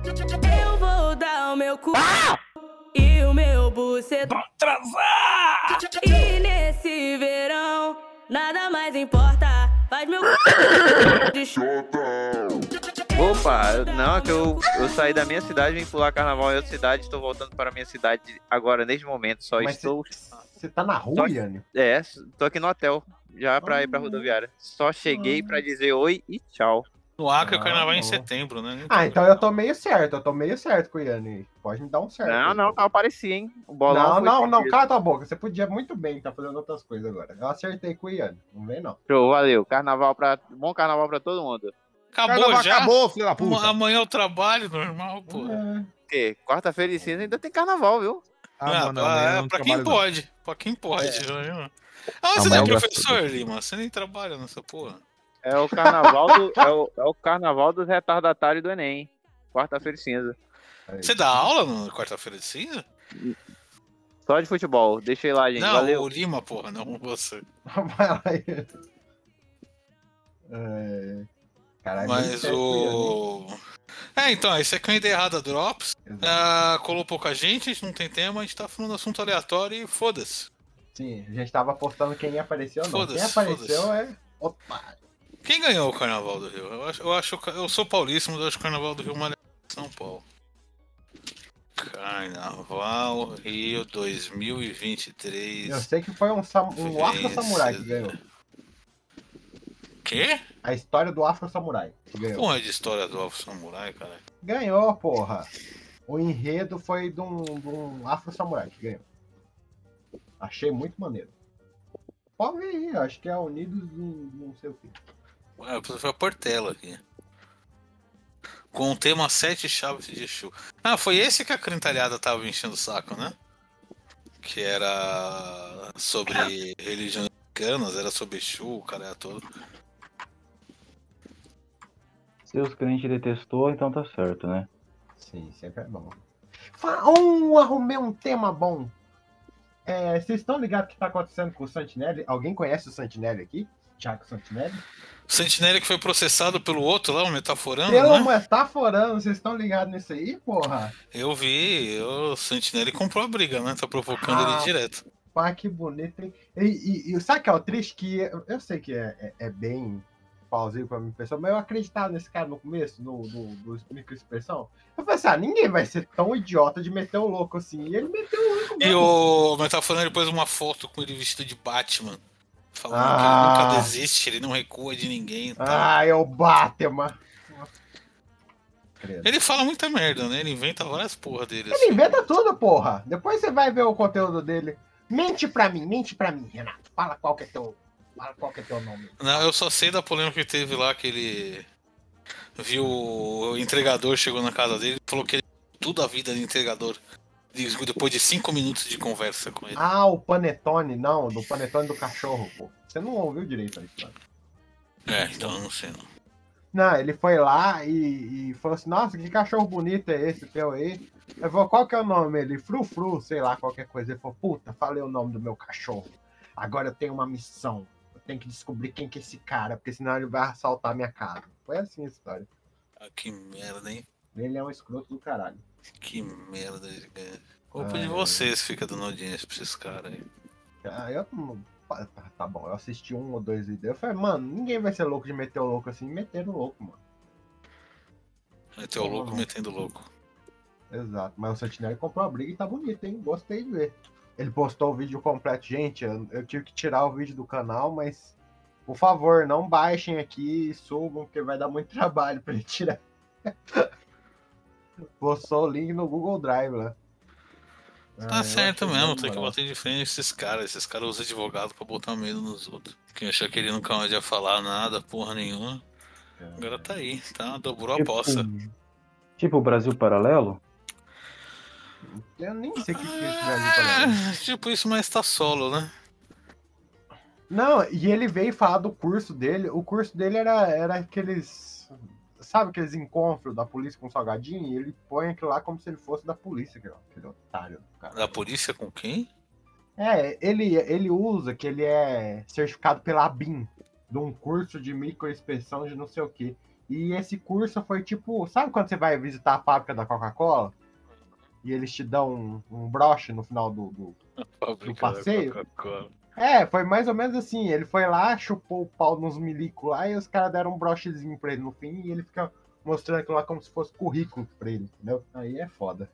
Eu vou dar o meu cu e o meu bucetão. Vou transar! E nesse verão, nada mais importa. Faz meu de Opa, não, é que eu saí da minha cidade, vim pular carnaval em outra cidade, estou voltando para a minha cidade agora, neste momento, só Mas estou... Você tá na rua, Yane? Tô aqui no hotel, já pra ir pra rodoviária. Só cheguei pra dizer oi e tchau. No Acre, o Ah, carnaval é em bom. setembro, né? Então eu tô meio certo, com o Yane. Pode me dar um certo. Não, eu apareci, hein? O bolão foi Não, perdido. cala tua boca. Você podia muito bem estar fazendo outras coisas agora. Eu acertei com o Yane. Não vem, não. Show, valeu. Bom carnaval pra todo mundo. Acabou Carnaval já? acabou, filho da puta. Amanhã eu trabalho normal, pô. Porque quarta-feira de cinza ainda tem carnaval, viu? Mano, amanhã eu não pra quem trabalho, não. pode. Pra quem pode. Né? Ah, você Amanhã não é eu professor, Lima? Você nem trabalha nessa porra. É o carnaval é o carnaval dos retardatários do Enem. Quarta-feira de cinza. Você dá aula na quarta-feira de cinza? Só de futebol. Deixei lá, gente. Não, Valeu. o Lima, porra, não você. Vai lá, Yane. Caralho, meio Mas certo com o... então, esse aqui é uma ideia errada Drops. Exato. Colou pouca gente, a gente não tem tema, a gente tá falando assunto aleatório e foda-se. Sim, a gente tava apostando quem ia aparecer ou não. Quem Foda-se, apareceu é otário. Quem ganhou o Carnaval do Rio? Eu sou paulista, mas eu acho que o Carnaval do Rio é uma São Paulo. Carnaval Rio 2023. Eu sei que foi um Afro Samurai que ganhou. Quê? A história do Afro Samurai que ganhou. Porra de história do Alfa Samurai, cara. Ganhou, porra. O enredo foi de um Afro Samurai que ganhou. Achei muito maneiro. Pode ver aí, acho que é Unidos do não sei o que. Ué, foi a Portela aqui. Com o tema 7 chaves de Exu. Ah, foi esse que a crentalhada tava enchendo o saco, né? Que era sobre religiões africanas, era sobre Exu, o cara é todo. Se os crentes detestou, então tá certo, né? Sim, sempre é bom. Arrumei um tema bom. Vocês estão ligados o que tá acontecendo com o Santinelli? Alguém conhece o Santinelli aqui? Thiago Santinelli? O Santinelli que foi processado pelo outro lá, o Metaforando, Pelo né? Metaforando, vocês estão ligados nisso aí, porra? Eu vi, o Santinelli comprou a briga, né? Tá provocando ele direto. Pá, que bonito, hein? E sabe o que é o triste? Que eu sei que é bem plausível pra minha pessoa, mas eu acreditava nesse cara no começo, do microexpressão. Eu falei assim, ninguém vai ser tão idiota de meter o louco assim. E ele meteu o louco mesmo. E o Metaforando pôs uma foto com ele vestido de Batman. Falando que ele nunca desiste, ele não recua de ninguém. Tá? É o Batman. Ele fala muita merda, né? Ele inventa várias porra dele. Ele inventa tudo, porra. Depois você vai ver o conteúdo dele. Mente pra mim, Renato. Fala qual que é teu nome. Não, eu só sei da polêmica que teve lá, que ele viu o entregador, chegou na casa dele e falou que ele tudo a vida de entregador. Depois de 5 minutos de conversa com ele. O Panetone, não, do Panetone do cachorro, pô. Você não ouviu direito a história. Então eu não sei não. Não, ele foi lá e falou assim, nossa, que cachorro bonito é esse teu aí? Eu falei, qual que é o nome? Ele, Frufru, sei lá, qualquer coisa. Ele falou, puta, falei o nome do meu cachorro. Agora eu tenho uma missão. Eu tenho que descobrir quem que é esse cara, porque senão ele vai assaltar minha casa. Foi assim a história. Que merda, hein? Ele é um escroto do caralho. Que merda. Culpa de vocês fica dando audiência pra esses caras aí. Eu não... Tá bom, eu assisti 1 ou 2 vídeos. Eu falei, mano, ninguém vai ser louco de meter o louco assim. Meteram o louco, mano. Meteu o louco metendo louco. Exato, mas o Santinelli comprou a briga e tá bonito, hein? Gostei de ver. Ele postou o vídeo completo. Gente, eu tive que tirar o vídeo do canal, mas por favor, não baixem aqui e subam, porque vai dar muito trabalho pra ele tirar. Postou o link no Google Drive lá. Tá certo mesmo, tem que bater de frente esses caras. Esses caras usam advogado pra botar medo nos outros. Quem achou que ele nunca mais ia falar nada, porra nenhuma. Agora tá aí, tá? Dobrou a aposta. Tipo o Brasil Paralelo? Eu nem sei o que é esse Brasil Paralelo. Tipo isso, mas tá solo, né? Não, e ele veio falar do curso dele. O curso dele era aqueles... Sabe aqueles encontros da polícia com o Salgadinho? E ele põe aquilo lá como se ele fosse da polícia, aquele otário. Cara. Da polícia com quem? Ele usa que ele é certificado pela ABIN, de um curso de microexpressão de não sei o quê. E esse curso foi tipo, sabe quando você vai visitar a fábrica da Coca-Cola? E eles te dão um broche no final do passeio? Coca-Cola. Foi mais ou menos assim. Ele foi lá, chupou o pau nos milicos lá e os caras deram um brochezinho pra ele no fim e ele fica mostrando aquilo lá como se fosse currículo pra ele, entendeu? Aí é foda.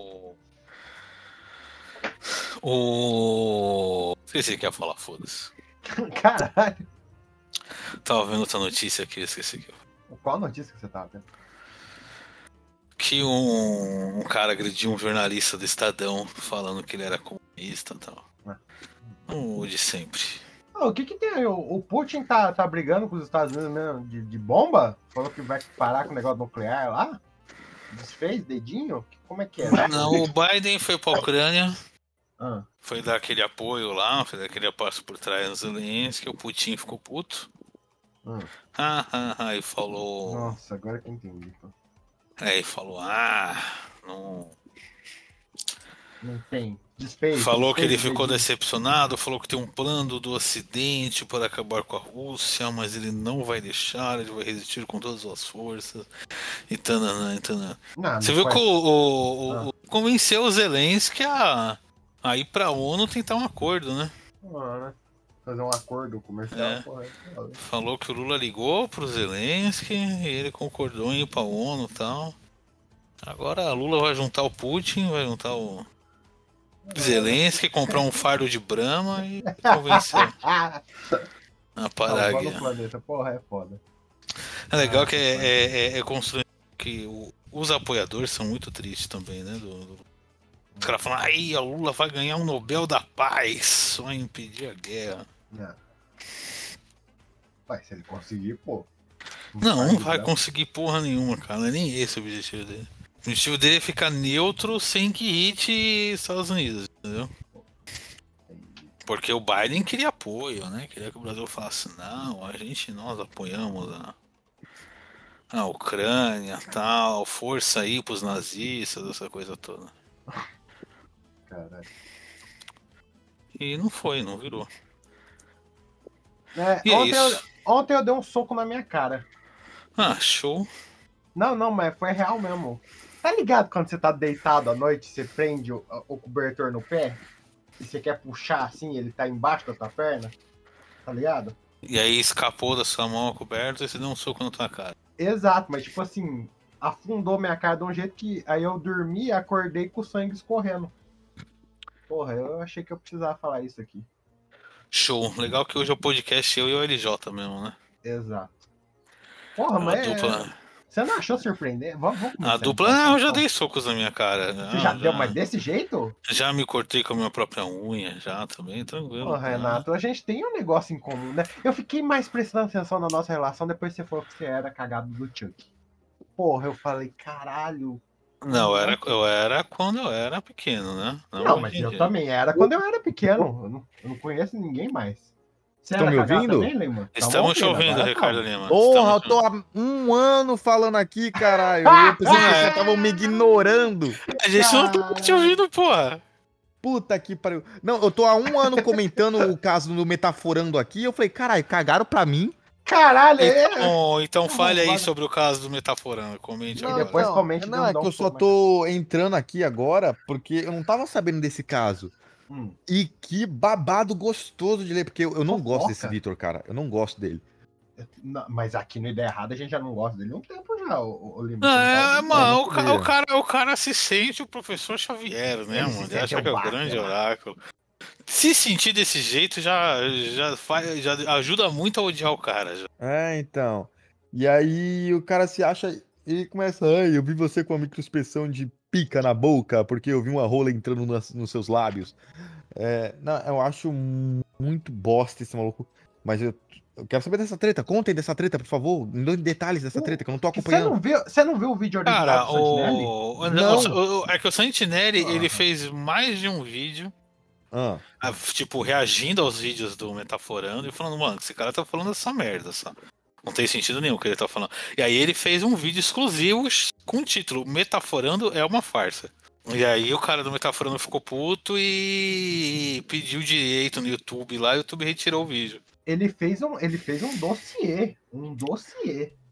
Esqueci que ia falar, foda-se. Caralho. Tava vendo outra notícia aqui, esqueci que Qual notícia que você tava vendo? que um cara agrediu um jornalista do Estadão falando que ele era comunista e tal. O de sempre. O que tem? O Putin tá brigando com os Estados Unidos mesmo de bomba? Falou que vai parar com o negócio nuclear lá? Desfez dedinho? Como é que é? Não, o Biden foi pra Ucrânia, Ah. foi dar aquele apoio lá, foi dar aquele passo por trás no Zelensky, o Putin ficou puto. E falou... Nossa, agora que eu entendi. Pô. Aí falou, não... Não tem. Desfez. Falou que ele ficou dedinho. decepcionado, falou que tem um plano do Ocidente para acabar com a Rússia, mas ele não vai deixar, ele vai resistir com todas as forças. E tananã, e tananã. Você viu que convenceu o Zelensky a ir pra ONU tentar um acordo, né? Fazer um acordo comercial. Porra, falou que o Lula ligou pro Zelensky e ele concordou em ir pra ONU e tal. Agora a Lula vai juntar o Putin, vai juntar o Zelensky, comprar um fardo de Brahma e convencer a parar aqui. Planeta. Porra, é foda. É legal que é construído que os apoiadores são muito tristes também, né? Os caras falam, aí a Lula vai ganhar um Nobel da Paz, só impedir a guerra. Vai, se ele conseguir, pô. Não vai conseguir porra nenhuma, cara. Não é nem esse o objetivo dele. O objetivo dele é ficar neutro sem que irrite Estados Unidos, entendeu? Porque o Biden queria apoio, né? Queria que o Brasil falasse, não, nós apoiamos a Ucrânia, tal, força aí pros nazistas, essa coisa toda. Caralho. E não foi, não virou. Ontem eu dei um soco na minha cara. Show. Não, mas foi real mesmo. Tá ligado quando você tá deitado à noite, você prende o cobertor no pé? E você quer puxar assim, ele tá embaixo da tua perna? Tá ligado? E aí escapou da sua mão a coberta e você deu um soco na tua cara. Exato, mas tipo assim, afundou minha cara de um jeito que aí eu dormi e acordei com o sangue escorrendo. Porra, eu achei que eu precisava falar isso aqui. Show. Legal que hoje é o podcast eu e o LJ mesmo, né? Exato. Porra, mas dupla... Você não achou surpreendente? Vamos a dupla, eu já dei socos na minha cara. Você já deu, mas desse jeito? Já me cortei com a minha própria unha, já também, tranquilo. Pô, Renato, a gente tem um negócio em comum, né? Eu fiquei mais prestando atenção na nossa relação depois que você falou que você era cagado do Chuck. Porra, eu falei, caralho. Não, eu era quando eu era pequeno, né? Não, mas eu também era quando eu era pequeno. Eu não conheço ninguém mais. Estão me ouvindo? Também, Estamos te ouvindo, Ricardo Lima. Porra, eu tô há um ano falando aqui, caralho. Eu pensei que vocês estavam me ignorando. A gente não tá te ouvindo, porra. Puta que pariu. Não, eu tô há um ano comentando o caso do Metaforando aqui. Eu falei, caralho, cagaram pra mim. Caralho, então fale aí sobre o caso do Metaforando. Comente não, agora. Depois comente. Não, é que eu só tô entrando aqui agora porque eu não tava sabendo desse caso. E que babado gostoso de ler, porque eu não gosto desse Vitor, cara. Eu não gosto dele. Não, mas aqui no Ideia Errada a gente já não gosta dele há um tempo já, o Lima. O cara se sente o professor Xavier, né, mano? Ele acha que é o grande oráculo. Se sentir desse jeito já ajuda muito a odiar o cara. Já. Então. E aí o cara se acha e começa, eu vi você com uma microexpressão de pica na boca, porque eu vi uma rola entrando nos seus lábios. Não, eu acho muito bosta esse maluco. Mas eu quero saber dessa treta. Contem dessa treta, por favor. Me dê detalhes dessa treta, que eu não tô acompanhando. Você não viu o vídeo original do Santinelli? Não. É que o Santinelli, ele fez mais de um vídeo, tipo, reagindo aos vídeos do Metaforando e falando, mano, esse cara tá falando essa merda, só. Não tem sentido nenhum o que ele tá falando. E aí ele fez um vídeo exclusivo com o título Metaforando é uma farsa. E aí o cara do Metaforando ficou puto e pediu direito no YouTube lá e o YouTube retirou o vídeo. Ele fez um dossiê.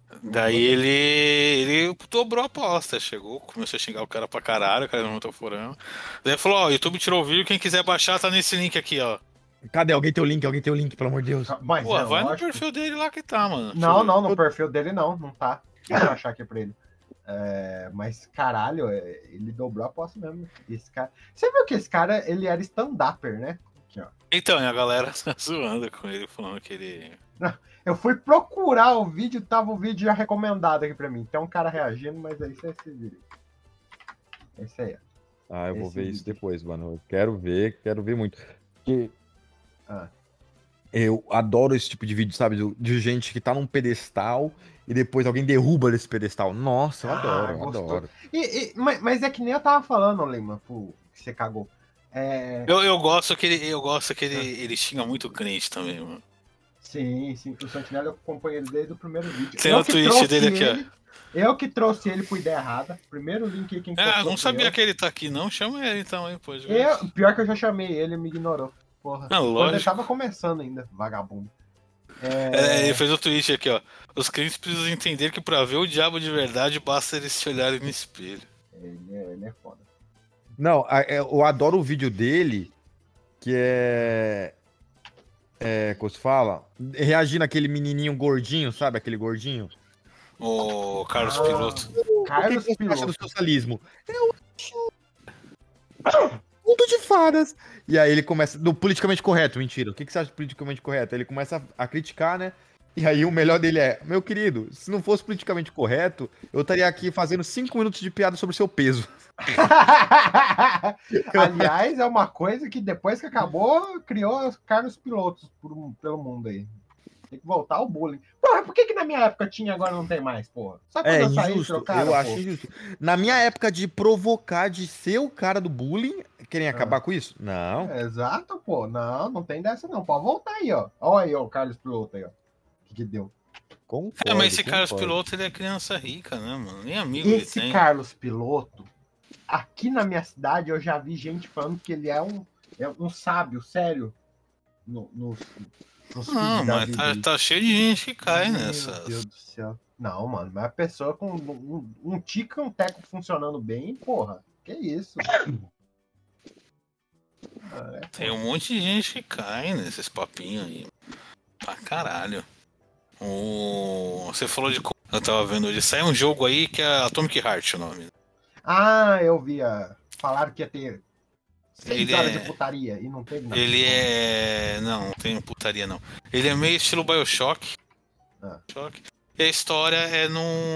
Daí ele dobrou a aposta, chegou, começou a xingar o cara pra caralho, o cara não tá furando. Daí falou, ó, o YouTube tirou o vídeo, quem quiser baixar tá nesse link aqui, ó. Cadê? Alguém tem o link? Alguém tem o link, pelo amor de Deus. Mas Pô, é vai no lógico. perfil dele lá que tá, mano. Não, no perfil dele não tá. Deixa eu achar aqui pra ele. Mas, caralho, ele dobrou a aposta mesmo. Esse cara... Você viu que esse cara, ele era stand-upper, né? Aqui, ó. Então, e a galera tá zoando com ele, falando que ele... Eu fui procurar o vídeo, tava o vídeo já recomendado aqui pra mim. Tem um cara reagindo, mas aí você se vira. Esse aí, ó. Ah, eu vou Esse ver isso vídeo. depois, mano. Eu quero ver muito. Porque Ah. eu adoro esse tipo de vídeo, sabe? De gente que tá num pedestal e depois alguém derruba desse pedestal. Nossa, eu adoro, eu gostou. adoro. Mas é que nem eu tava falando, Lima, que você cagou. Eu gosto que ele xinga muito crente também, mano. Sim, o Santinela eu acompanho ele desde o primeiro vídeo. Tem o tweet dele aqui, ó. Eu que trouxe ele pro Ideia Errada. Primeiro link aí, quem Não sabia que ele tá aqui, não. Chama ele então, hein, pô. Pior que eu já chamei ele me ignorou. Porra. Não, Quando lógico. ele tava começando ainda, vagabundo. Ele fez o tweet aqui, ó. Os crentes precisam entender que pra ver o diabo de verdade basta eles se olharem no espelho. Ele é foda. Não, eu adoro o vídeo dele, que como se fala? Reagir naquele menininho gordinho, sabe? Aquele gordinho. O Carlos Piloto. Carlos O que você acha do Piloto. socialismo? Eu acho... Mundo de fadas. E aí ele começa... Do politicamente correto, mentira. O que você acha do politicamente correto? Ele começa a criticar, né? E aí o melhor dele é... Meu querido, se não fosse politicamente correto, eu estaria aqui fazendo 5 minutos de piada sobre o seu peso. Aliás, é uma coisa que depois que acabou, criou os Carlos Pilotos pelo mundo aí. Tem que voltar ao bullying. Porra, por que na minha época tinha e agora não tem mais, porra? Só quando eu saí, injusto. trocaram, Eu acho injusto. Na minha época de provocar, de ser o cara do bullying, querem acabar com isso? Não. Exato, pô. Não tem dessa não. Pode voltar aí, ó. Olha aí, ó, o Carlos Piloto aí, ó. O que deu? Concordo, Mas esse Carlos concordo. Piloto, ele é criança rica, né, mano? Nem amigo Esse ele tem. Carlos Piloto, aqui na minha cidade, eu já vi gente falando que ele é um sábio, sério. Nos Não, feeds da mas vida aí. tá cheio de gente que cai Meu nessa. Deus do céu. Não, mano, mas a pessoa com um tica e um teco funcionando bem, porra. Que isso? Tem um monte de gente que cai nesses papinhos aí. Pra caralho. Você falou de... Eu tava vendo hoje. Sai um jogo aí que é Atomic Heart o nome. Ah, eu via. Falaram que ia ter 6 Ele horas é- de putaria e não teve nada. Ele é... Não tem putaria não. Ele é meio estilo Bioshock. Ah. E a história é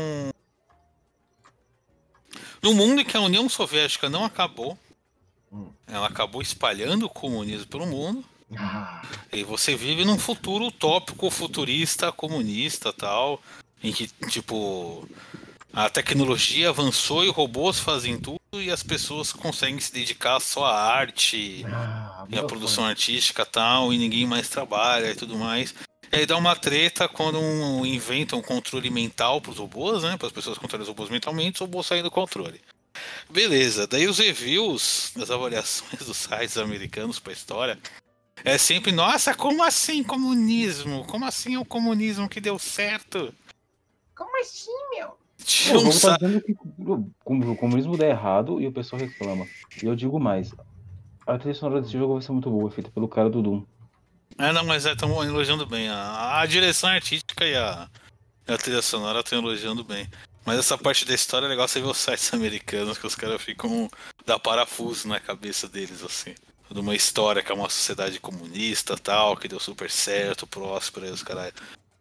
num mundo em que a União Soviética não acabou. Ela acabou espalhando o comunismo pelo mundo. Ah, E você vive num futuro utópico, futurista, comunista, tal, em que, tipo, a tecnologia avançou e robôs fazem tudo e as pessoas conseguem se dedicar só à arte e à meu produção sonho. artística, tal, e ninguém mais trabalha e tudo mais. E aí dá uma treta quando inventam um controle mental para os robôs, né, para as pessoas controlarem os robôs mentalmente, os robôs saem do controle. Beleza, daí os reviews, as avaliações dos sites americanos para a história é sempre, nossa, como assim comunismo? Como assim é o comunismo que deu certo? Como assim, meu? Tira O um jogo tá sa- dizendo que o comunismo dá errado e o pessoal reclama. E eu digo mais. A trilha sonora desse jogo vai ser muito boa, feita pelo cara do Doom. Não, mas estão elogiando bem. A direção artística e a trilha sonora estão elogiando bem. Mas essa parte da história é legal você ver os sites americanos, que os caras ficam dá parafuso na cabeça deles, assim. De uma história que é uma sociedade comunista tal, que deu super certo, próspera e os caras.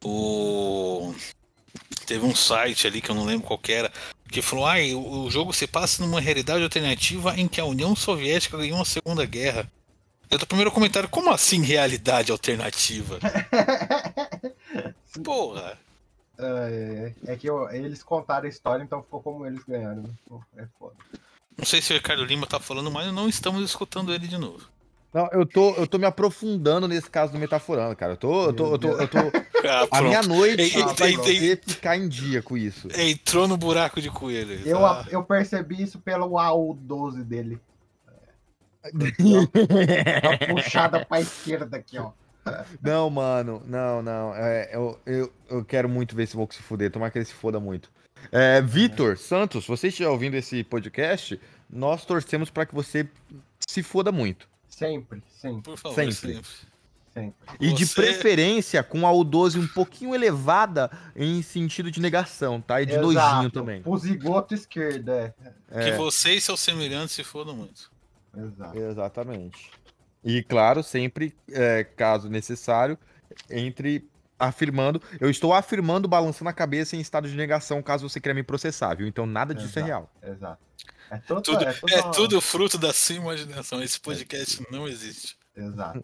Teve um site ali que eu não lembro qual que era, que falou: o jogo se passa numa realidade alternativa em que a União Soviética ganhou a Segunda Guerra. Eu tô primeiro comentário, como assim realidade alternativa? Porra! É que eles contaram a história, então ficou como eles ganharam. Pô, é foda. Não sei se o Ricardo Lima tá falando, mas não estamos escutando ele de novo. Não, eu tô me aprofundando nesse caso do Metaforando, cara. A minha noite vai ser ficar em dia com isso. Entrou no buraco de coelho. Eu percebi isso pelo AU12 dele. Uma puxada pra esquerda aqui, ó. Não, mano, não. Eu quero muito ver esse Volk se fuder, tomara que ele se foda muito. Vitor Santos, você estiver ouvindo esse podcast, nós torcemos pra que você se foda muito. Sempre. Por favor, Sempre. Sempre. E de Você- preferência com a U12 um pouquinho elevada em sentido de negação, tá? E de nojinho também. Pro zigoto esquerdo, Que você e seus semelhantes se fodam muito. Exato. Exatamente. E claro, sempre, caso necessário, eu estou afirmando, balançando a cabeça em estado de negação, caso você queira me processar, viu? Então nada disso é real. Exato. Tudo fruto da sua imaginação. Esse podcast não existe. Exato.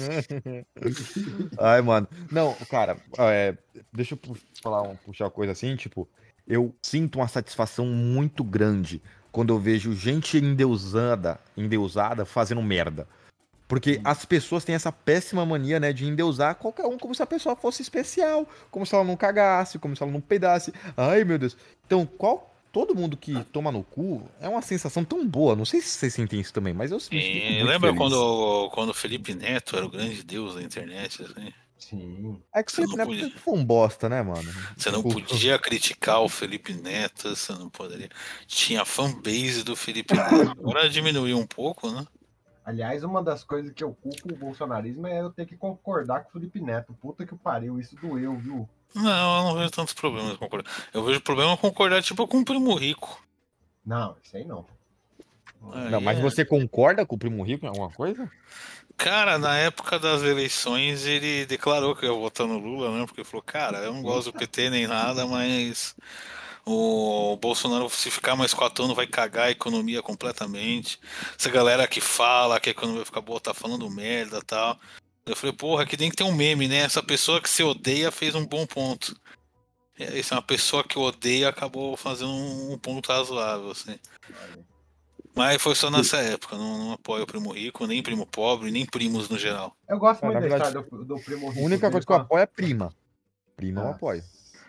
Ai, mano. Não, cara, deixa eu puxar uma coisa assim, tipo, eu sinto uma satisfação muito grande quando eu vejo gente endeusada fazendo merda. Porque as pessoas têm essa péssima mania, né, de endeusar qualquer um como se a pessoa fosse especial, como se ela não cagasse, como se ela não peidasse. Ai, meu Deus. Então, todo mundo que toma no cu é uma sensação tão boa. Não sei se vocês sentem isso também, mas eu me fico muito Lembra feliz. quando o Felipe Neto era o grande deus da internet? Assim? Sim. É que o Felipe Neto sempre foi um bosta, né, mano? Você não podia criticar o Felipe Neto, você não poderia. Tinha a fanbase do Felipe Neto. Agora diminuiu um pouco, né? Aliás, uma das coisas que eu culpo o bolsonarismo é eu ter que concordar com o Felipe Neto. Puta que pariu, isso doeu, viu? Não, eu não vejo tantos problemas com concordar. Eu vejo problema concordar tipo com o Primo Rico. Não, isso aí não. Não, mas você concorda com o Primo Rico em alguma coisa? Cara, na época das eleições ele declarou que ia votar no Lula, né? Porque ele falou, cara, eu não gosto do PT nem nada, mas o Bolsonaro, se ficar mais 4 anos, vai cagar a economia completamente. Essa galera que fala que a economia vai ficar boa tá falando merda e tal. Eu falei, porra, aqui tem que ter um meme, né? Essa pessoa que se odeia fez um bom ponto. E aí, uma pessoa que odeia acabou fazendo um ponto razoável, assim. Mas foi só nessa época, não apoio o Primo Rico, nem Primo Pobre, nem primos no geral. Eu gosto Na muito da verdade, história do Primo A Rico. única coisa que eu apoio é prima. Prima eu apoio.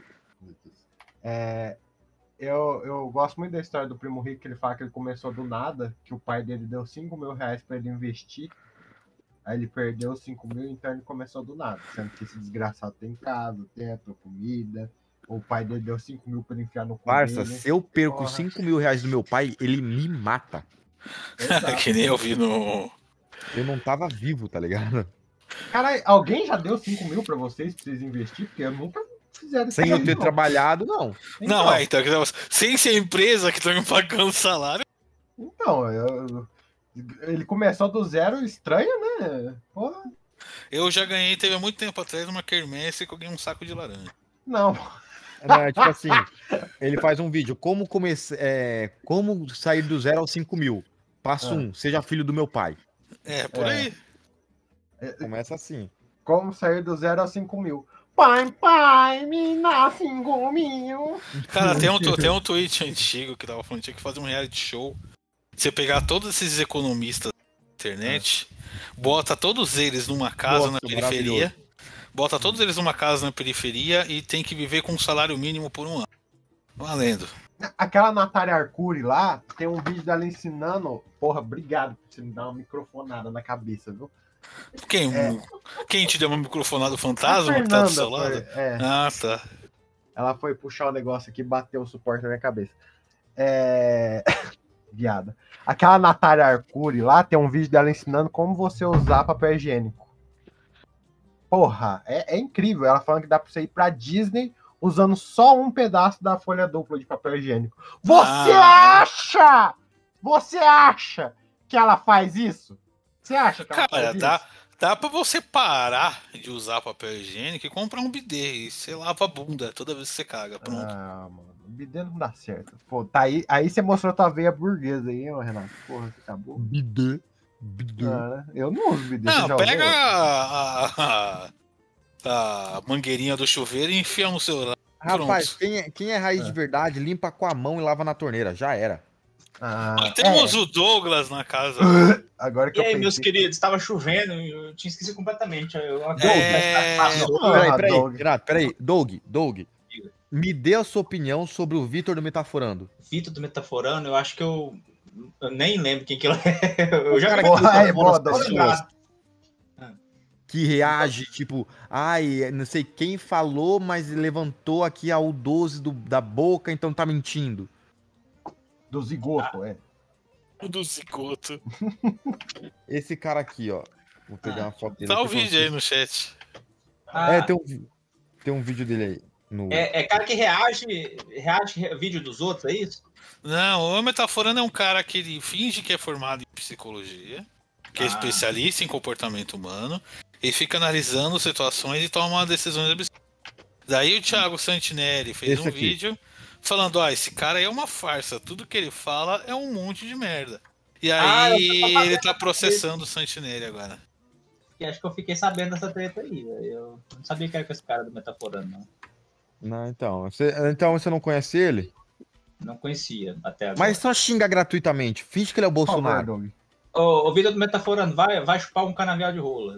Eu gosto muito da história do Primo Rico, que ele fala que ele começou do nada, que o pai dele deu 5 mil reais pra ele investir, aí ele perdeu os 5 mil, então ele começou do nada, sendo que esse desgraçado tem casa, teto, comida, o pai dele deu 5 mil pra ele enfiar no cu Parça, dele. se eu perco Porra. 5 mil reais do meu pai, ele me mata. Exato. Que nem eu vi no. Eu não tava vivo, tá ligado? Caralho, alguém já deu 5 mil pra vocês investir? Porque eu nunca fizeram isso Sem eu aí, ter não. trabalhado, não. Não, então, sem ser a empresa que tá me pagando salário. Então, ele começou do zero, estranho, né? Porra. Eu já ganhei, teve há muito tempo atrás, uma quermesse que eu ganhei um saco de laranja. Não. Né, tipo assim, ele faz um vídeo, como sair do 0 aos 5 mil. Passo 1, seja filho do meu pai. Por aí. Começa assim. Como sair do 0 a 5 mil? Pai, me dá 5 mil. Cara, tem um tweet antigo que tava falando que tinha que fazer um reality show. Você pegar todos esses economistas da internet, bota todos eles numa casa na periferia. Bota todos eles numa casa na periferia e tem que viver com um salário mínimo por um ano. Valendo. Aquela Natália Arcuri lá, tem um vídeo dela ensinando. Porra, obrigado por você me dar uma microfonada na cabeça, viu? Quem te deu uma microfonada fantasma A que tá do Fernanda seu lado? Ah, tá. Ela foi puxar o negócio aqui e bateu o suporte na minha cabeça. Viada. Aquela Natália Arcuri lá, tem um vídeo dela ensinando como você usar papel higiênico. Porra, é incrível. Ela falando que dá pra você ir pra Disney usando só um pedaço da folha dupla de papel higiênico. Você acha que ela faz isso? Você acha que ela faz isso? Dá pra você parar de usar papel higiênico e comprar um bidê e você lava a bunda toda vez que você caga. Pronto. Ah, mano. O bidê não dá certo. Pô, tá aí você mostrou tua veia burguesa aí, hein, Renato? Porra, você acabou. Bidê. Eu não uso bidê. Não, pega a mangueirinha do chuveiro e enfia no seu. Rapaz, quem é raiz de verdade, limpa com a mão e lava na torneira. Já era. Temos o Douglas na casa. Agora que e aí, meus queridos, estava chovendo e eu tinha esquecido completamente. Peraí. Doug, me dê a sua opinião sobre o Vitor do Metaforando. Vitor do Metaforando, eu acho que eu nem lembro quem que ele é. Eu já cara vi que boa, que reage, tipo, ai, não sei quem falou, mas levantou aqui a U12 da boca, então tá mentindo. Do zigoto, é. Do zigoto. Esse cara aqui, ó. Vou pegar uma foto dele Tá o aqui pra vídeo aí vocês. no chat. É, tem um vídeo dele aí. No... É cara que reage vídeo dos outros, é isso? Não, o metaforando é um cara que ele finge que é formado em psicologia, que é especialista em comportamento humano, e fica analisando situações e toma decisões absurdas. Daí o Thiago Santinelli fez Esse um aqui. vídeo falando, esse cara aí é uma farsa, tudo que ele fala é um monte de merda. E aí ele tá processando o Santinelli agora. E acho que eu fiquei sabendo dessa treta aí. Eu não sabia que era com esse cara do Metaforando, não. Não, então você não conhece ele? Não conhecia até agora. Mas só xinga gratuitamente. Finge que ele é o Por favor, Bolsonaro. Doug. O vídeo do Metaforando, vai chupar um canavial de rola.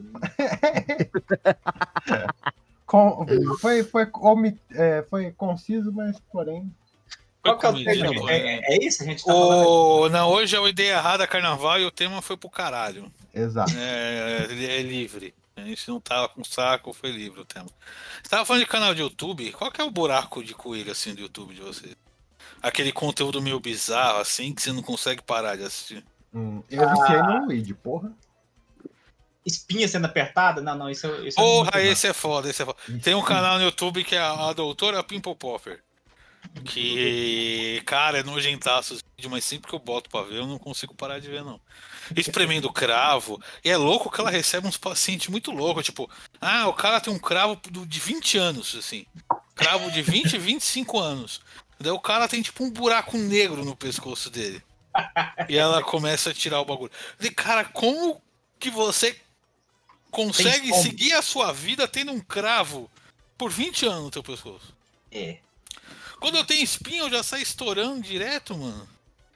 Foi conciso, mas porém. Qual que é o Comidinha tema? boa, né? É isso? A gente tá falando? Não, hoje é o Ideia Errada Carnaval e o tema foi pro caralho. Exato. É livre. A gente não tava com saco, foi livre o tema. Você tava falando de canal de YouTube? Qual que é o buraco de coelho assim do YouTube de vocês? Aquele conteúdo meio bizarro assim que você não consegue parar de assistir. Eu viciei no Luigi, porra. Espinha sendo apertada? Não, isso Porra, esse é foda, esse é foda. Tem um canal no YouTube que é a doutora Pimple Popper. Que, cara, é nojentaço os vídeos, mas sempre que eu boto pra ver, eu não consigo parar de ver, não. Espremendo cravo. E é louco que ela recebe uns pacientes muito loucos. Tipo, o cara tem um cravo de 20 anos, assim. Cravo de 20, 25 anos. Daí o cara tem tipo um buraco negro no pescoço dele. E ela começa a tirar o bagulho. E, cara, como que você consegue seguir a sua vida tendo um cravo por 20 anos no teu pescoço? É. Quando eu tenho espinha, eu já saio estourando direto, mano.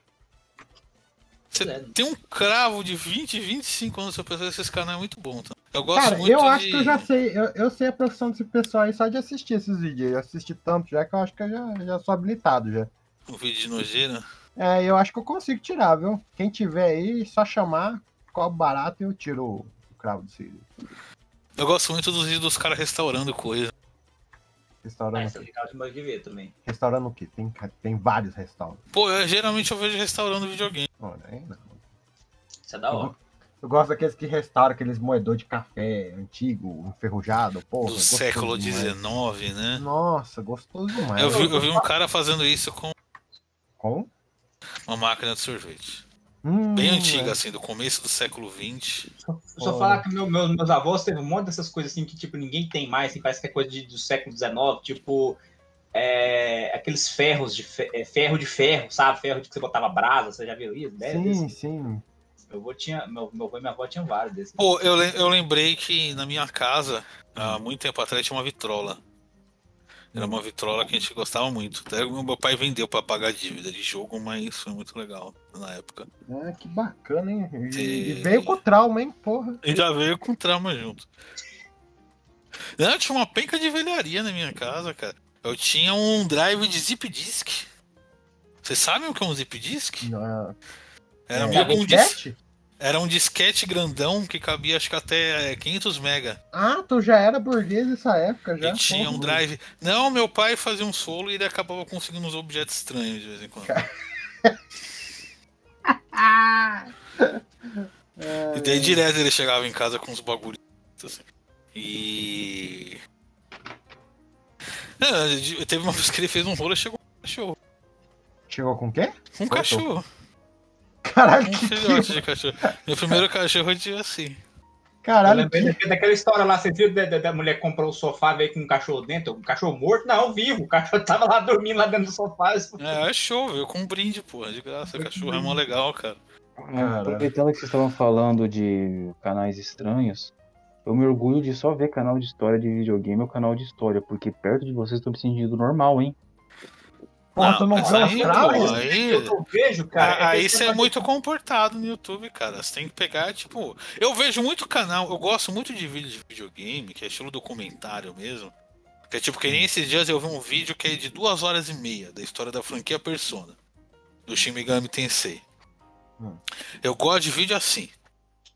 Você tem um cravo de 20, 25 anos no seu pescoço, esse canal é muito bom, tá? Eu gosto Cara, muito eu acho que eu já sei. Eu sei a profissão desse pessoal aí só de assistir esses vídeos. Eu assisti tanto já que eu acho que eu já sou habilitado já. Um vídeo de nojeira. Eu acho que eu consigo tirar, viu? Quem tiver aí, só chamar, cobro barato e eu tiro o cravo do cílio. Eu gosto muito dos vídeos dos caras restaurando coisa. Restaurando Isso é legal demais de ver também. Restaurando o quê? Tem vários restaurantes. Pô, geralmente eu vejo restaurando videogame. Olha, aí não. Isso é da hora. Eu gosto daqueles que restauram aqueles moedor de café antigo, enferrujado, porra. Do século demais. XIX, né? Nossa, gostoso demais. Eu vi um cara fazendo isso com Com? uma máquina de sorvete. Bem antiga, assim, do começo do século XX. Só falar que meus avós teve um monte dessas coisas assim que tipo ninguém tem mais, assim, parece que é coisa do século XIX, tipo aqueles ferros de ferro de ferro, sabe? Ferro de que você botava brasa, você já viu isso? Sim. Meu avô e minha avó tinham vários desses. Pô, eu lembrei que na minha casa, há muito tempo atrás, tinha uma vitrola. Era uma vitrola que a gente gostava muito. Até o meu pai vendeu pra pagar dívida de jogo, mas foi muito legal na época. Que bacana, hein? E veio com trauma, hein? Porra. E já veio com trauma junto. Eu tinha uma penca de velharia na minha casa, cara. Eu tinha um drive de zip disk. Vocês sabem o que é um zip disk? Era era um disquete grandão que cabia acho que até 500 mega. Tu já era burguês nessa época já? E tinha um drive. Não, meu pai fazia um solo e ele acabava conseguindo uns objetos estranhos de vez em quando. E daí direto ele chegava em casa com uns bagulhos assim. E. Teve uma vez que ele fez um rolo e chegou um cachorro. Chegou com o quê? Um cachorro. Caralho, Um filhote de cachorro. Meu primeiro cachorro tinha assim. Caralho, Eu lembrei daquela história lá, você viu da mulher que comprou o sofá, veio com um cachorro dentro, um cachorro morto? Não, vivo, o cachorro tava lá dormindo lá dentro do sofá. É show, veio com um brinde, porra, de graça. O cachorro é mó legal, cara. Aproveitando que vocês estavam falando de canais estranhos, eu me orgulho de só ver canal de história de videogame ou canal de história, porque perto de vocês eu tô me sentindo normal, hein? Porra, tu não vê os eu vejo, cara. Aí você é muito comportado no YouTube, cara. Você tem que pegar, tipo. Eu vejo muito canal, eu gosto muito de vídeo de videogame, que é estilo documentário mesmo. Que é tipo, que nem esses dias eu vi um vídeo que é de 2h30 da história da franquia Persona, do Shin Megami Tensei. Eu gosto de vídeo assim.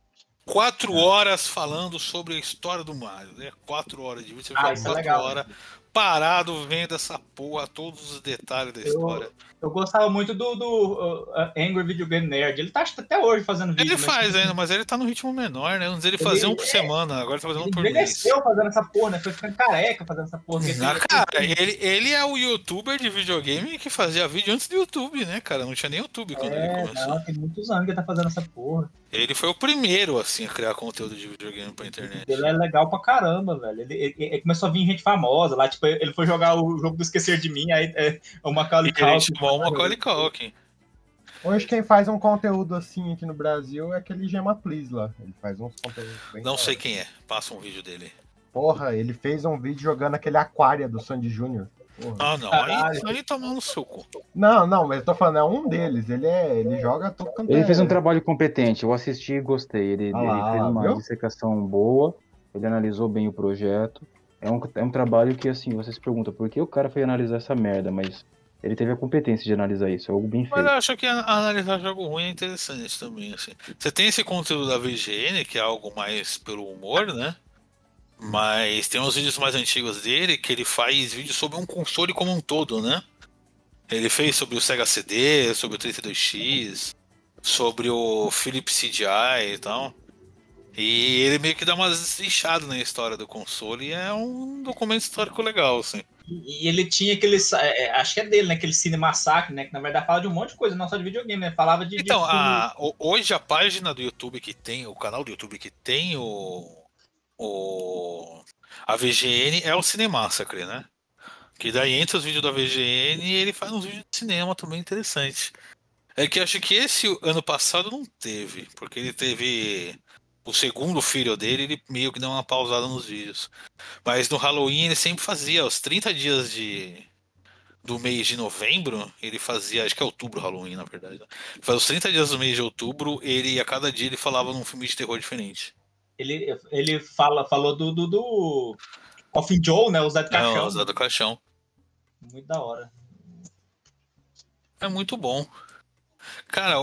4 horas falando sobre a história do Mario, né? 4 horas de vídeo, você fica Isso é 4 legal. horas parado vendo essa porra, todos os detalhes da história. Eu gostava muito do Angry Video Game Nerd. Ele tá até hoje fazendo vídeo. Ele faz ainda, mas ele tá no ritmo menor, né? Antes ele fazia um por semana, agora tá fazendo Ele um por mês. envelheceu fazendo essa porra, né? Foi ficando careca fazendo essa porra. Cara, ele é o youtuber de videogame que fazia vídeo antes do YouTube, né, cara? Não tinha nem YouTube quando ele começou. Não, tem muitos anos que ele tá fazendo essa porra. Ele foi o primeiro, assim, a criar conteúdo de videogame pra internet. Ele é legal pra caramba, velho. Ele começou a vir gente famosa lá, tipo, ele foi jogar o jogo do Esquecer de Mim, aí o Macaulay E ele Culkin. chamou o Macaulay Culkin. Hoje quem faz um conteúdo assim aqui no Brasil é aquele Gema Please lá. Ele faz uns conteúdos bem Não da sei hora. quem é, passa um vídeo dele. Porra, ele fez um vídeo jogando aquele Aquária do Sandy Júnior. Porra. Ah, não, aí tomou no seu cu. Não, mas eu tô falando, é um deles. Ele joga todo canto. Ele fez um trabalho competente, eu assisti e gostei. Ele fez uma viu? dissecação boa, ele analisou bem o projeto. É um trabalho que, assim, você se pergunta por que o cara foi analisar essa merda, mas ele teve a competência de analisar isso, é algo bem Mas feito. eu acho que analisar jogo ruim é interessante também, assim. Você tem esse conteúdo da VGN, que é algo mais pelo humor, né? Mas tem uns vídeos mais antigos dele que ele faz vídeos sobre um console como um todo, né? Ele fez sobre o Sega CD, sobre o 32X, sobre o Philips CDI e tal. E ele meio que dá umas lixadas na história do console e é um documento histórico legal, assim. E ele tinha aquele. Acho que é dele, né? Aquele Cine Massacre, né? Que na verdade fala de um monte de coisa, não só de videogame, né? Falava de. Então, hoje a página do YouTube que tem, o canal do YouTube que tem a VGN é o Cinemassacre, né? Que daí entre os vídeos da VGN ele faz uns vídeos de cinema também interessantes. É que eu acho que esse ano passado não teve, porque ele teve o segundo filho dele, ele meio que deu uma pausada nos vídeos. Mas no Halloween ele sempre fazia, os 30 dias do mês de novembro, ele fazia, acho que é outubro Halloween, na verdade. Né? Faz os 30 dias do mês de outubro, a cada dia ele falava num filme de terror diferente. Ele falou do Coffin Joe, né? O Zé do Caixão. Não, o Zé do Caixão. Muito da hora. É muito bom. Cara,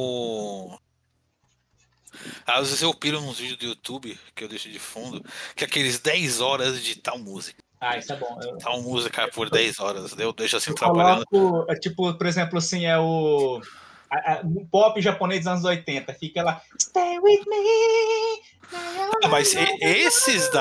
às vezes eu piro nos vídeos do YouTube, que eu deixo de fundo, que é aqueles 10 horas de tal música. Isso é bom. Tal música por 10 horas. Eu deixo assim trabalhando. Tipo, por exemplo, assim, é o pop japonês dos anos 80. Fica lá, Stay with me. Mas esses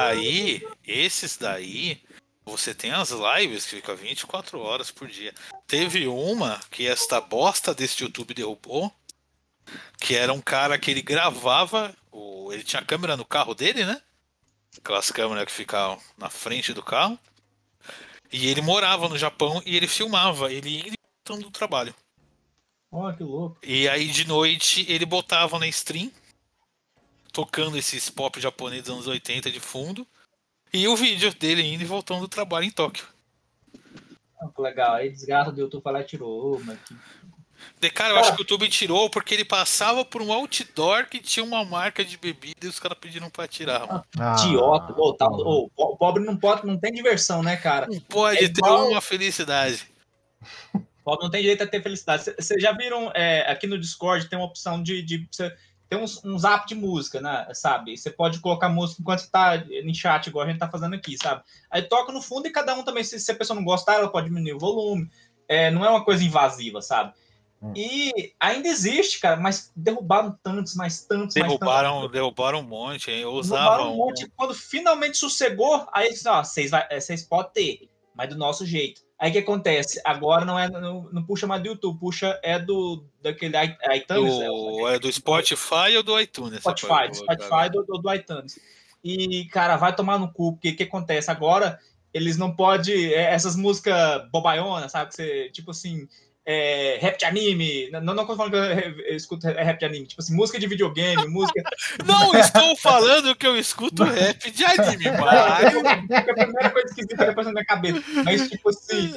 daí, você tem as lives que ficam 24 horas por dia. Teve uma que esta bosta desse YouTube derrubou, que era um cara que ele gravava, ele tinha câmera no carro dele, né? Aquelas câmeras que ficavam na frente do carro. E ele morava no Japão e ele filmava, ele ia voltando do trabalho. Oh, que louco. E aí de noite ele botava na stream, tocando esses pop japoneses dos anos 80 de fundo, e o vídeo dele indo e voltando do trabalho em Tóquio. Que legal. Aí desgraça do YouTube lá e tirou, mas Cara, eu acho que o YouTube tirou porque ele passava por um outdoor que tinha uma marca de bebida e os caras pediram pra tirar. Mano. Idiota. O pobre não tem diversão, né, cara? Não pode ter uma felicidade. O pobre não tem direito a ter felicidade. Vocês já viram aqui no Discord tem uma opção de tem uns apps de música, né? Sabe? Você pode colocar música enquanto você tá em chat, igual a gente tá fazendo aqui, sabe? Aí toca no fundo e cada um também, se a pessoa não gostar, ela pode diminuir o volume. Não é uma coisa invasiva, sabe? E ainda existe, cara, mas derrubaram tantos, mais tantos. Derrubaram um monte, hein? Eu usava um monte. Quando finalmente sossegou, aí eles disseram, vocês podem ter, mas do nosso jeito. Aí o que acontece? Agora não puxa mais do YouTube, puxa daquele iTunes. É do Spotify ou do iTunes? Spotify do iTunes. E, cara, vai tomar no cu, porque o que acontece? Agora eles não podem. Essas músicas bobaionas, sabe? Que você, tipo assim. Rap de anime, não estou falando que eu escuto rap de anime, tipo assim, música de videogame, música. Não estou falando que eu escuto rap de anime, mas. É a primeira coisa que depois na minha cabeça. Mas, tipo assim,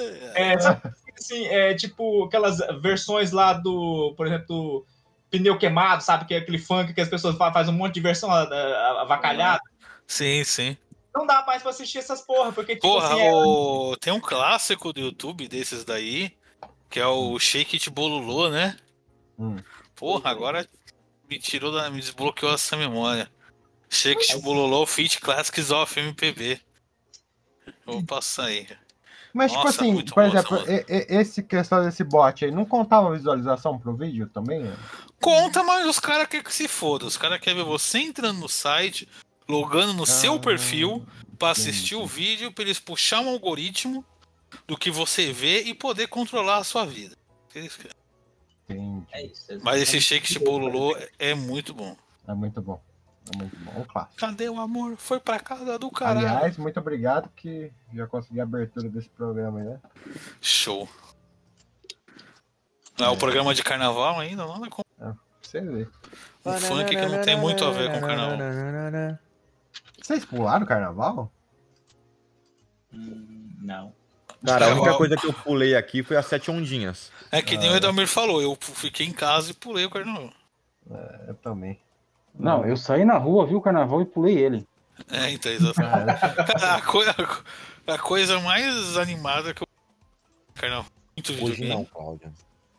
tipo aquelas versões lá por exemplo, do Pneu Queimado, sabe? Que é aquele funk que as pessoas fazem um monte de versão avacalhada. Sim, sim. Não dá mais pra assistir essas porra, porque, tipo porra, assim. Tem um clássico do YouTube desses daí. Que é o Shake It Bololô, né? Porra, agora me desbloqueou essa memória. Shake Bololô Fit Classics of MPB. Eu vou passar aí. Mas, Nossa, tipo assim, muito por boa exemplo, essa esse questão desse bot aí, não contava visualização pro vídeo também? Né? Conta, mas os caras querem que se foda. Os caras querem ver você entrando no site, logando no seu perfil, pra assistir o vídeo, pra eles puxar um algoritmo do que você vê e poder controlar a sua vida. Entendi. É isso. Mas esse Shake Bololô é muito bom. É muito bom. É muito bom. O clássico. Cadê o amor? Foi pra casa do caralho. Aliás, muito obrigado que já consegui a abertura desse programa aí, né? Show. Não é o programa de carnaval ainda? Não é como Você vê. um funk que não tem muito a ver com carnaval. Vocês pularam o carnaval? Não. Cara, a única coisa que eu pulei aqui foi as 7 ondinhas. É que nem o Edalmir falou, eu fiquei em casa e pulei o carnaval. Eu também. Não, eu saí na rua, vi o carnaval e pulei ele. É, então, exatamente. Cara, a coisa mais animada que eu. Carnaval. Muito Hoje videogame. não, Cláudia.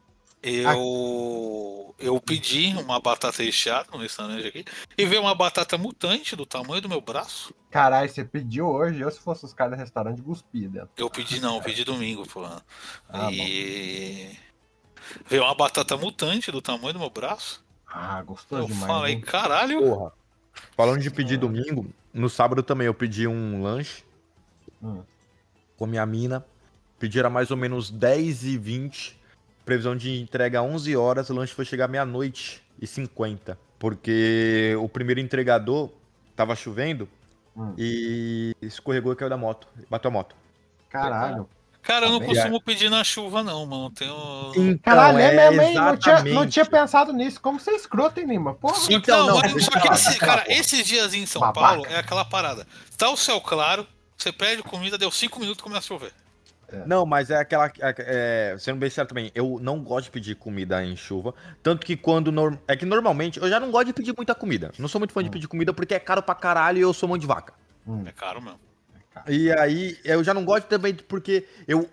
Eu pedi uma batata recheada no restaurante aqui e veio uma batata mutante do tamanho do meu braço. Caralho, você pediu hoje? Eu, se fosse os caras do restaurante, cuspia dentro. Eu pedi domingo, pô. Ah, E veio uma batata mutante do tamanho do meu braço. Ah, gostou Eu demais. falei, hein? caralho. Porra. Falando de pedir domingo, no sábado também eu pedi um lanche com minha mina. Pedi era mais ou menos 10h20. Previsão de entrega 11 horas. O lanche foi chegar meia-noite e 50. Porque o primeiro entregador tava chovendo e escorregou e caiu da moto. Bateu a moto. Caralho. Cara, eu não Tá costumo pedir na chuva, não, mano. Tenho. Então, Caralho, é mesmo, hein? exatamente. Não tinha pensado nisso. Como você é escroto, hein, Lima? Porra. Então, não, mas deixa só eu que falar, cara, pô. esses dias em São Babaca. Paulo é aquela parada. Tá o céu claro, você pede comida, deu 5 minutos e começa a chover. Não, mas é aquela. Sendo bem sério também, eu não gosto de pedir comida em chuva. Tanto que quando. É que normalmente eu já não gosto de pedir muita comida. Não sou muito fã de pedir comida porque é caro pra caralho e eu sou mão de vaca. É caro mesmo. E aí, eu já não gosto também porque eu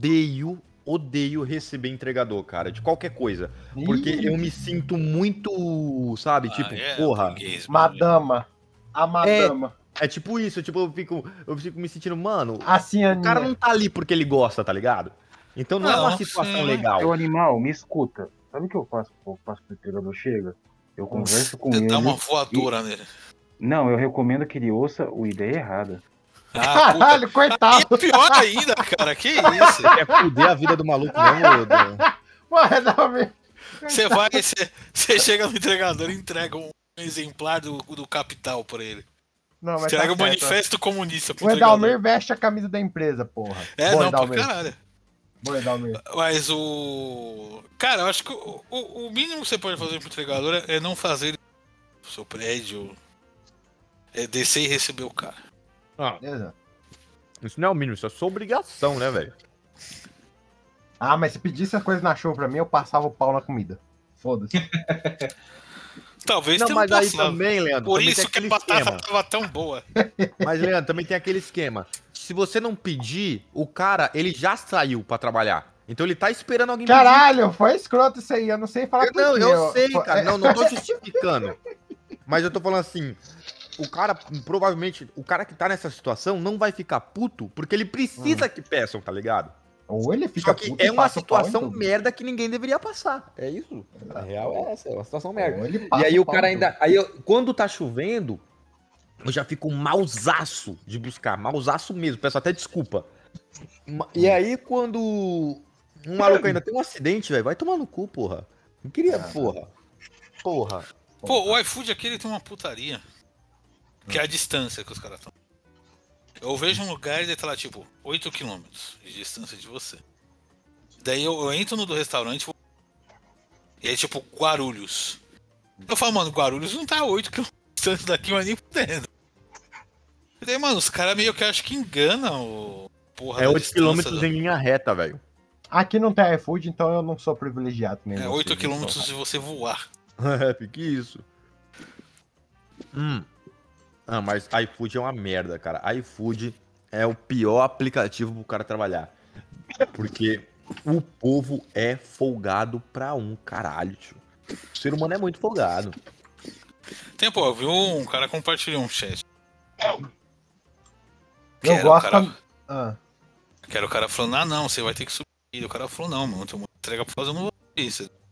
odeio receber entregador, cara, de qualquer coisa. Porque eu me sinto muito, sabe, tipo, porra. burguês, Madama. A madama. É tipo isso, tipo, eu fico me sentindo, mano, Assim, o cara não tá ali porque ele gosta, tá ligado? Então não é uma Não, situação sim. legal. Seu animal, me escuta. Sabe o que eu faço? Eu faço pro entregador chega? Eu converso com Você ele. dá uma voadora nele. Não, eu recomendo que ele ouça o Ideia Errada. Ah, puta. Caralho, E coitado. é pior ainda, cara, que isso? É fuder a vida do maluco mesmo. Mano, não, me- Você chega no entregador e entrega um exemplar do Capital pra ele. não, mas Entrega o tá certo. manifesto comunista pro O entregador. Edalmir veste a camisa da empresa, porra. É, Boa, não, pra Edalmir. caralho. Boa, Edalmir. Mas o. Cara, eu acho que o mínimo que você pode fazer pro entregador é não fazer o seu prédio. É descer e receber o cara. Beleza. Isso não é o mínimo, isso é sua obrigação, né, velho? Ah, mas se pedisse as coisas na chuva pra mim, eu passava o pau na comida. Foda-se. Talvez Não, tenha mas aí passado. também, Leandro, Por também isso tem que a aquele batata esquema. tava tão boa. Mas, Leandro, também tem aquele esquema. Se você não pedir, o cara, ele já saiu pra trabalhar. Então ele tá esperando alguém Caralho, foi escroto isso aí. Eu não sei falar pedir. Não, por quê. eu sei, Foi- cara. Não tô justificando. Mas eu tô falando assim, o cara, provavelmente, o cara que tá nessa situação não vai ficar puto porque ele precisa que peçam, tá ligado? Ou ele fica Só que puto e é uma passa o pau em situação tudo. merda que ninguém deveria passar. É isso. A real é essa, é uma situação merda. Ou ele E passa aí o pau cara em ainda. Aí quando tá chovendo, eu já fico mausaço de buscar. Mausaço mesmo, peço até desculpa. E aí quando um maluco ainda tem um acidente, velho, vai tomar no cu, porra. Não queria, porra. Porra. Pô, o iFood aqui ele tem uma putaria. Que é a distância que os caras estão. Eu vejo um lugar e ele tá lá, tipo, 8 km de distância de você. Daí eu entro no do restaurante e aí, tipo, Guarulhos. Eu falo, mano, Guarulhos não tá a 8 km de distância daqui, mas nem fudendo. E daí, mano, os caras meio que acho que enganam o porra É da 8 distância km da- em linha reta, velho. Aqui não tem iFood, então eu não sou privilegiado mesmo. É 8 km de você voar. É, fique isso. Ah, mas iFood é uma merda, cara. iFood é o pior aplicativo pro cara trabalhar. Porque o povo é folgado pra um caralho, tio. O ser humano é muito folgado. Tem, pô, viu? Um cara compartilhou um chat. Que Eu era gosto. o cara, Ah, que era o cara falando, ah não, você vai ter que subir. E o cara falou, não, mano, tem uma entrega pra fazer, eu não vou subir.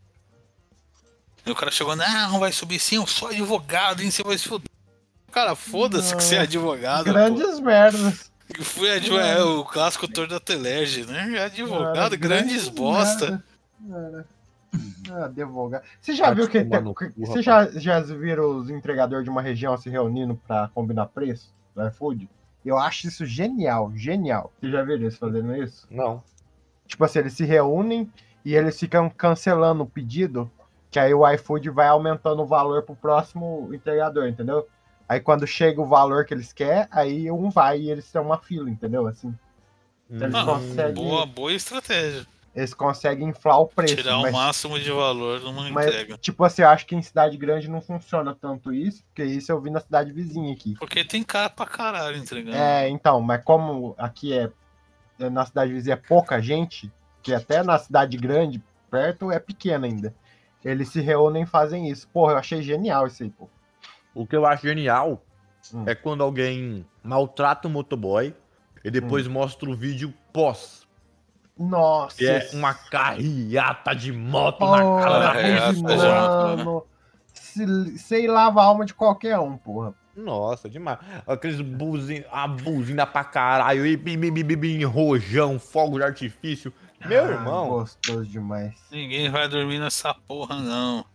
E o cara chegou, não vai subir sim, eu sou advogado, hein? Você vai se foder. Cara, foda-se que você é advogado. grandes merdas. Pô. É o clássico Tor da Telerge, né? Advogado, Cara, grandes bosta. merda. Advogado. Você já viu que tomar no cu, você já viram os entregadores de uma região se reunindo pra combinar preço do iFood? Eu acho isso genial, genial. Você já viu eles fazendo isso? Não. Tipo assim, eles se reúnem e eles ficam cancelando o pedido, que aí o iFood vai aumentando o valor pro próximo entregador, entendeu? Aí quando chega o valor que eles querem, aí um vai e eles têm uma fila, entendeu? Assim, eles conseguem, Boa estratégia. eles conseguem inflar o preço. Tirar o máximo de valor numa entrega. Tipo assim, eu acho que em cidade grande não funciona tanto isso, porque isso eu vi na cidade vizinha aqui. Porque tem cara pra caralho entregando. Então, mas como aqui na cidade vizinha é pouca gente, que até na cidade grande, perto, é pequena ainda. Eles se reúnem e fazem isso. Porra, eu achei genial isso aí, pô. O que eu acho genial é quando alguém maltrata o motoboy e depois mostra o vídeo pós. Nossa. Que é uma carreata de moto Porra, na cara. buzinando. Sei lava a alma de qualquer um, porra. Nossa, demais. Aqueles a buzina pra caralho, e rojão, fogo de artifício. Meu irmão. Gostoso demais. Ninguém vai dormir nessa porra, não.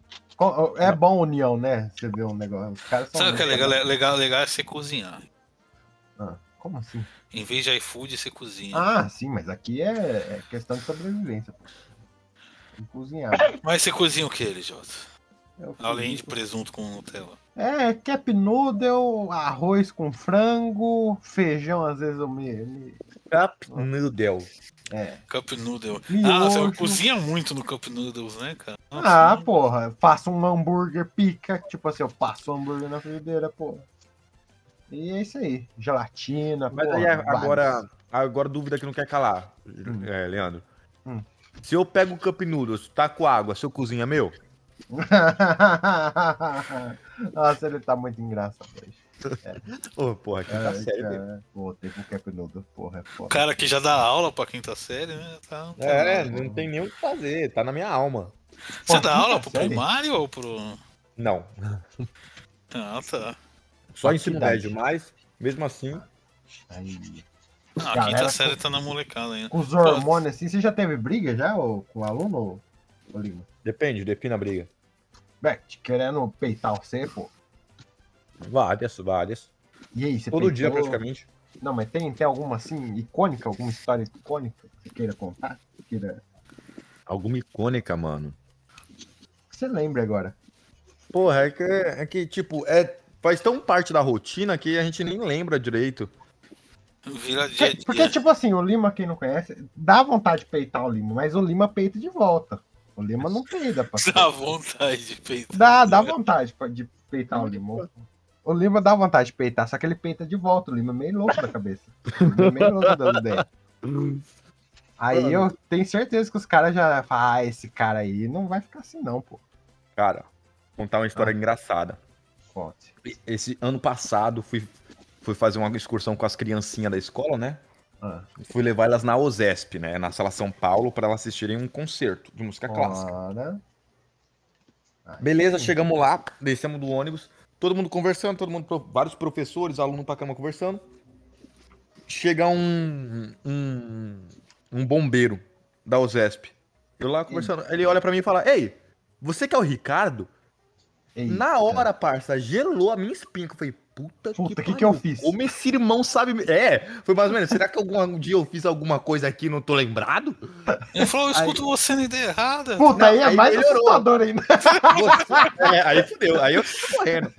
É bom união, né? Você vê um negócio. Os caras são Sabe o que é muito legal é você cozinhar. Como assim? Em vez de iFood, você cozinha. Ah, sim, mas aqui é questão de sobrevivência. Pô. Tem que cozinhar. Mas você cozinha o que, LJ? Eu Além de cozinho. presunto com Nutella. Cup noodle, arroz com frango, feijão, às vezes eu Cup noodle. Cup Noodle. Miojo. Você cozinha muito no Cup Noodles, né, cara? Nossa, Porra, faço um hambúrguer pica, tipo assim, eu passo o hambúrguer na frigideira, porra. E é isso aí, gelatina, Mas porra, aí vários. agora dúvida que não quer calar, Leandro. Hum. Se eu pego o Cup Noodles, taco água, seu cozinha é meu? Nossa, ele tá muito engraçado hoje. Porra, aqui tá sério mesmo. Pô, tem com Cup Noodle, porra, é foda. o cara que já dá aula pra quinta série, né? Tá, Não tem nem o que fazer, tá na minha alma. Você Pô, dá aula quinta pro série? primário ou pro. Não, Ah, tá. só ensino Faculdade. médio, mas mesmo assim, Aí, Ah, a Galera, quinta série tá na molecada ainda. com os hormônios assim, você já teve briga já com o aluno, ô Lima? depende, defina a briga. Beck, querendo peitar você, pô. Várias. E aí, você Todo dia, peitou? praticamente. Não, mas tem alguma assim, icônica, alguma história icônica que você queira contar? Alguma icônica, mano. Você lembra agora? Porra, tipo, faz tão parte da rotina que a gente nem lembra direito. Vira dia a dia. Porque, tipo assim, o Lima, quem não conhece, dá vontade de peitar o Lima, mas o Lima peita de volta. O Lima não peida, parceiro. Dá vontade de peitar. Dá vontade de peitar o Lima. O Lima dá vontade de peitar, só que ele peita de volta. O Lima é meio louco da cabeça. O Lima é meio louco da ideia. Aí eu tenho certeza que os caras já falam, esse cara aí não vai ficar assim não, pô. Cara, contar uma história engraçada. Conte. Esse ano passado, fui fazer uma excursão com as criancinhas da escola, né? Fui levar elas na OSESP, né? Na Sala São Paulo, pra elas assistirem um concerto de música clássica. Ora. Beleza, chegamos lá, descemos do ônibus, todo mundo conversando, vários professores, aluno pra cama conversando. Chega um bombeiro da OSESP. Eu lá conversando, ele olha pra mim e fala: Ei, você que é o Ricardo? Eita. Na hora, parça, gelou a minha espinha. Eu falei, puta que eu fiz? Como esse irmão sabe... foi mais ou menos. Será que algum dia eu fiz alguma coisa aqui e não tô lembrado? Ele falou, eu escuto você na ideia errada. Puta, aí é aí mais melhorou. assustador ainda. Aí fudeu. Aí eu fui correndo.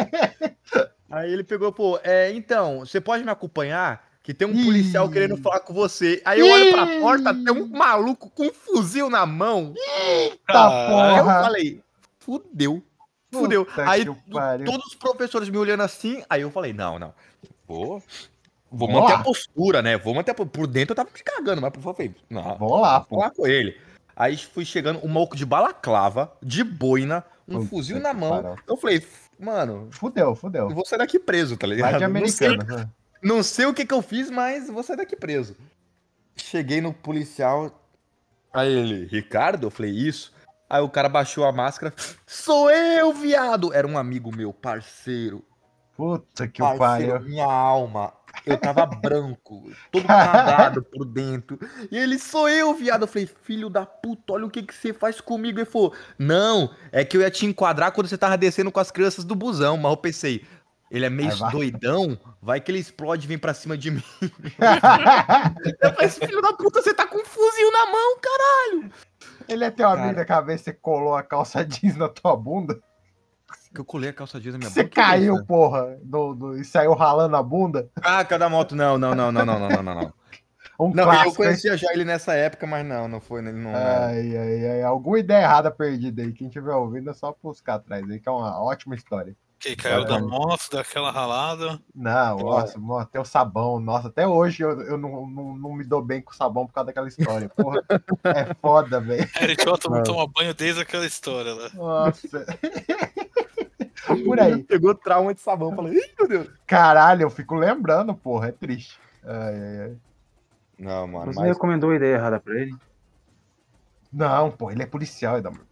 Aí ele pegou, então, você pode me acompanhar? Que tem um policial querendo falar com você. Aí eu olho pra porta, tem um maluco com um fuzil na mão. Tá, Aí eu porra. falei, fudeu. Puta Aí que pariu. todos os professores me olhando assim, aí eu falei, não. Vou Vamos manter lá. a postura, né? Vou manter por dentro eu tava me cagando, mas por favor, não. Vamos lá, vou falar com ele. Aí fui chegando, um maluco de balaclava, de boina, um Puta fuzil que na mão. pariu. Eu falei, mano, Fudeu. eu vou sair daqui preso, tá Vai ligado? de americana. né? Não sei o que eu fiz, mas vou sair daqui preso. Cheguei no policial, aí ele, Ricardo? Eu falei, isso. Aí o cara baixou a máscara, sou eu, viado! Era um amigo meu, parceiro. Puta que o Parceiro, pariu. minha alma. Eu tava branco, todo cagado por dentro. E ele, sou eu, viado. Eu falei, filho da puta, olha o que você faz comigo. Ele falou, não, é que eu ia te enquadrar quando você tava descendo com as crianças do busão. Mas eu pensei, ele é meio Aí vai. doidão, vai que ele explode e vem pra cima de mim. Eu falei, filho da puta, você tá com um fuzil na mão, cara. Ele é teu amigo Cara. da cabeça, você colou a calça jeans na tua bunda. Que eu colei a calça jeans na minha Você boca. caiu, porra, e saiu ralando a bunda. Ah, cada moto, não. Um Não, eu clássico, hein? conhecia já ele nessa época, mas não foi, ele não era. Ai. Alguma ideia errada perdida aí. Quem estiver ouvindo é só buscar atrás aí, que é uma ótima história. Que caiu da Exatamente. moto, daquela ralada. Não, nossa, mano, até o sabão. Nossa, até hoje eu não me dou bem com sabão por causa daquela história. Porra, é foda, velho. Eric Otto não toma banho desde aquela história lá. Nossa. Por aí. Pegou trauma de sabão, falei, ih, meu Deus. Caralho, eu fico lembrando, porra, é triste. Ai. Não, mano, Você mas... recomendou a ideia errada pra ele? Não, pô, ele é policial, Edamar.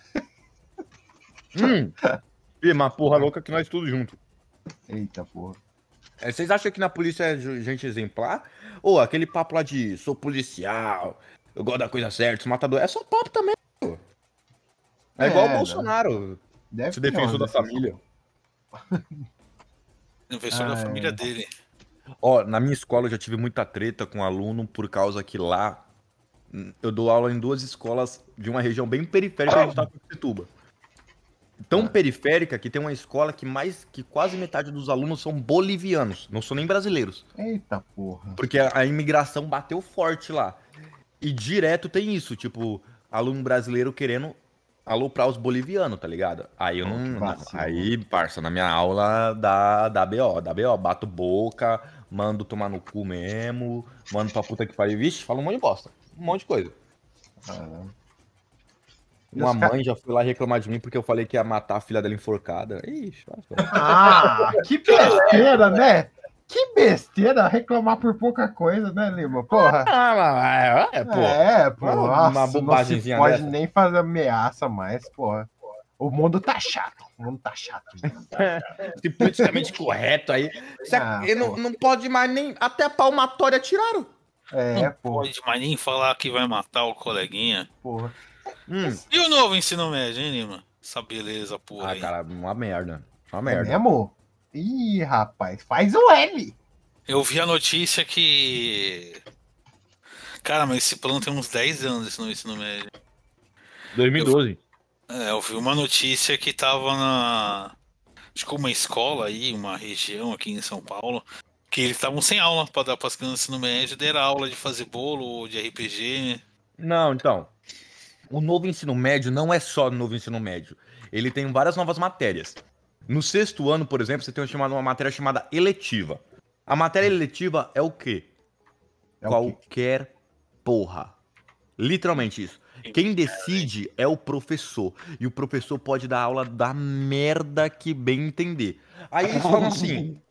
Ih, mas porra louca que nós tudo junto. Eita, porra. Vocês acham que na polícia é gente exemplar? Ou aquele papo lá de sou policial, eu gosto da coisa certa, sou matador, é só papo também, pô. É igual o né? Bolsonaro, Deve se ter defensor uma da dessas- família. Defensor da Ai, família dele. Ó, na minha escola eu já tive muita treta com aluno por causa que lá eu dou aula em 2 escolas de uma região bem periférica de Itapetiba. Tão periférica que tem uma escola que quase metade dos alunos são bolivianos, não são nem brasileiros. Eita, porra. Porque a imigração bateu forte lá. E direto tem isso, tipo, aluno brasileiro querendo aloprar os bolivianos, tá ligado? Aí eu Pô, que não. vacilo. Aí, parça, na minha aula dá BO, bato boca, mando tomar no cu mesmo, mando pra puta que pariu, vixe, fala um monte de bosta, um monte de coisa. Ah, Uma os ca- mãe já foi lá reclamar de mim porque eu falei que ia matar a filha dela enforcada. Ixi, que besteira, né? Que besteira reclamar por pouca coisa, né, Lima? Porra. pô. Pô, Uma nossa, não se bobagemzinha pode dessa. nem fazer ameaça mais, porra. O mundo tá chato. Esse politicamente correto aí. Ele não pode mais nem. Até a palmatória tiraram. É, porra. Pode mais nem falar que vai matar o coleguinha. Porra. E o novo ensino médio, hein, Lima? Essa beleza porra aí. Cara, uma merda. Uma É merda. mesmo? Ih, rapaz, faz o L. Eu vi a notícia que. Cara, mas esse plano tem uns 10 anos, esse novo ensino médio. 2012. Eu vi uma notícia que tava na. Acho que uma escola aí, uma região aqui em São Paulo, que eles estavam sem aula pra dar pras crianças no médio, deram aula de fazer bolo, de RPG. Não, então. O novo ensino médio não é só novo ensino médio. Ele tem várias novas matérias. No 6º ano, por exemplo, você tem uma matéria chamada eletiva. A matéria eletiva é o quê? É o quê? Qualquer porra. Literalmente isso. Quem decide é o professor. E o professor pode dar aula da merda que bem entender. Aí eles falam assim: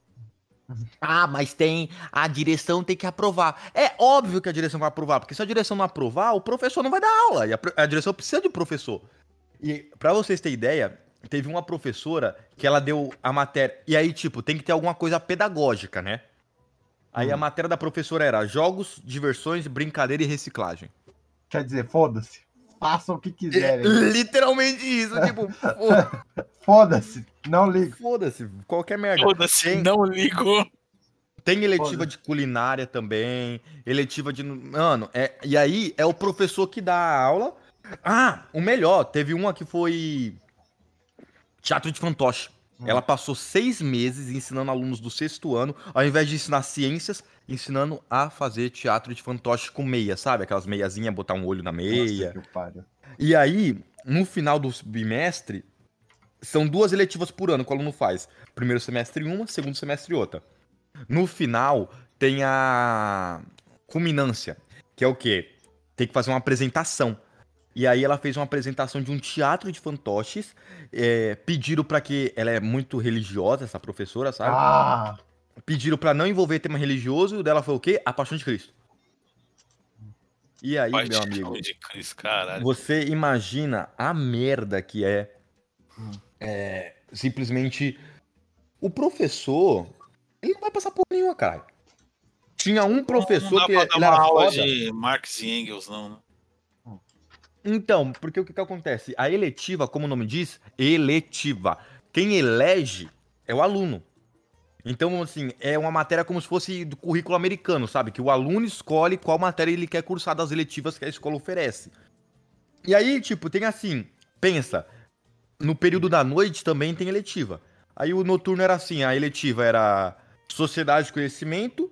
ah, mas a direção tem que aprovar. É óbvio que a direção vai aprovar, porque se a direção não aprovar, o professor não vai dar aula. E a direção precisa de professor. E pra vocês terem ideia, teve uma professora que ela deu a matéria. E aí, tipo, tem que ter alguma coisa pedagógica, né? Aí a matéria da professora era jogos, diversões, brincadeira e reciclagem. Quer dizer, foda-se. Façam o que quiserem. Literalmente isso, tipo, porra, Foda-se. Não ligo. foda-se, qualquer merda. Foda-se, Tem- não ligo. Tem eletiva Foda. de culinária também, eletiva de... Mano, e aí é o professor que dá a aula. Ah, o melhor, teve uma que foi teatro de fantoche. Ela passou 6 meses ensinando alunos do 6º ano, ao invés de ensinar ciências, ensinando a fazer teatro de fantoche com meia, sabe? Aquelas meiazinhas, botar um olho na meia. Nossa, que pariu. E aí, no final do bimestre, são 2 eletivas por ano que o aluno faz. Primeiro semestre uma, segundo semestre outra. No final, tem a culminância, que é o quê? Tem que fazer uma apresentação. E aí ela fez uma apresentação de um teatro de fantoches. Pediram pra que... Ela é muito religiosa, essa professora, sabe? Ah, Pediram pra não envolver tema religioso. E o dela foi o quê? A Paixão de Cristo. E aí, meu amigo, de Cristo, caralho. você imagina a merda que simplesmente o professor, ele não vai passar por nenhuma, cara. Tinha um professor não dá que pra dar ele uma era aula foda. de Marx e Engels, não, né? Então, porque o que acontece? A eletiva, como o nome diz, eletiva. Quem elege é o aluno. Então, assim, é uma matéria como se fosse do currículo americano, sabe? Que o aluno escolhe qual matéria ele quer cursar das eletivas que a escola oferece. E aí, tipo, tem assim, pensa, no período da noite também tem eletiva. Aí o noturno era assim, a eletiva era Sociedade de Conhecimento,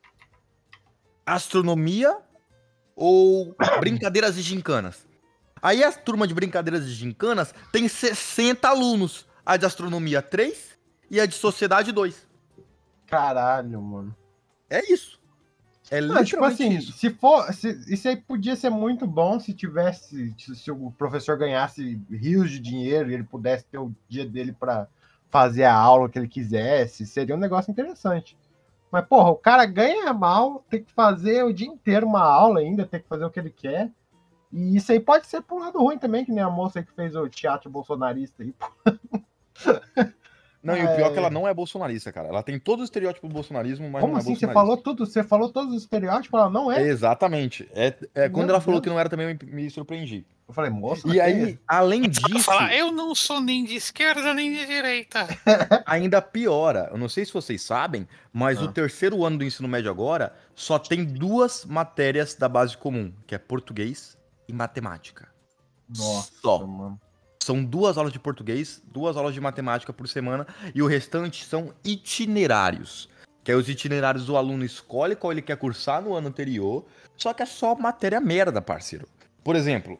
Astronomia ou Brincadeiras e Gincanas. Aí a turma de Brincadeiras e Gincanas tem 60 alunos. A de Astronomia 3 e a de Sociedade 2. caralho, mano. É isso. É Não, tipo literalmente assim, isso. isso aí podia ser muito bom se tivesse, se o professor ganhasse rios de dinheiro e ele pudesse ter o dia dele pra fazer a aula que ele quisesse, seria um negócio interessante. Mas, porra, o cara ganha mal, tem que fazer o dia inteiro uma aula ainda, tem que fazer o que ele quer. E isso aí pode ser pro lado ruim também, que nem a moça que fez o teatro bolsonarista aí. Não, e o pior é que ela não é bolsonarista, cara. Ela tem todo o estereótipo do bolsonarismo, mas Como não é assim? bolsonarista. Você falou todos os estereótipos, ela não é? Exatamente. Quando Meu ela falou Deus. que não era também, eu me surpreendi. Eu falei, moça, E aí, além disso, Falar, eu não sou nem de esquerda nem de direita. ainda piora. Eu não sei se vocês sabem, mas o Ah. terceiro ano do ensino médio agora só tem 2 matérias da base comum, que é português e matemática. nossa, Só. mano. São 2 aulas de português, 2 aulas de matemática por semana e o restante são itinerários. Que aí os itinerários o aluno escolhe qual ele quer cursar no ano anterior, só que é só matéria merda, parceiro. Por exemplo,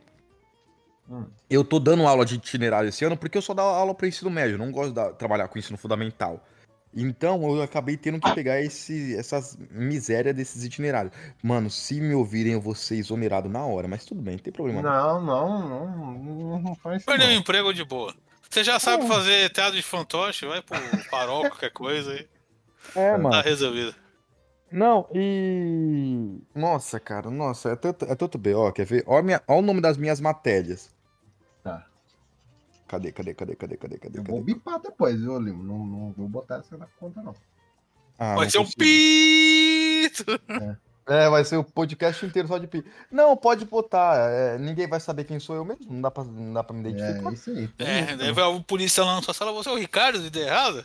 eu tô dando aula de itinerário esse ano porque eu só dou aula para ensino médio, eu não gosto de trabalhar com ensino fundamental. Então eu acabei tendo que pegar essas misérias desses itinerários. Mano, se me ouvirem eu vou ser exonerado na hora, mas tudo bem, não tem problema não. Não faz isso Perdeu o não. emprego de boa. Você já sabe fazer teatro de fantoche, vai pro farol, qualquer coisa aí. Tá resolvido. Não, e... Nossa, cara, nossa, é tanto B.O., quer ver? Olha o nome das minhas matérias. Tá. Cadê? Eu vou bipar depois, viu, Limo? Não vou botar essa na conta, não. Ah, Vai não ser um consigo. pito! Vai ser o podcast inteiro só de pi. Não, pode botar, ninguém vai saber quem sou eu mesmo, não dá pra me identificar. É isso aí. Daí vai o policial lá na sua sala, você é o Ricardo de ideia errada?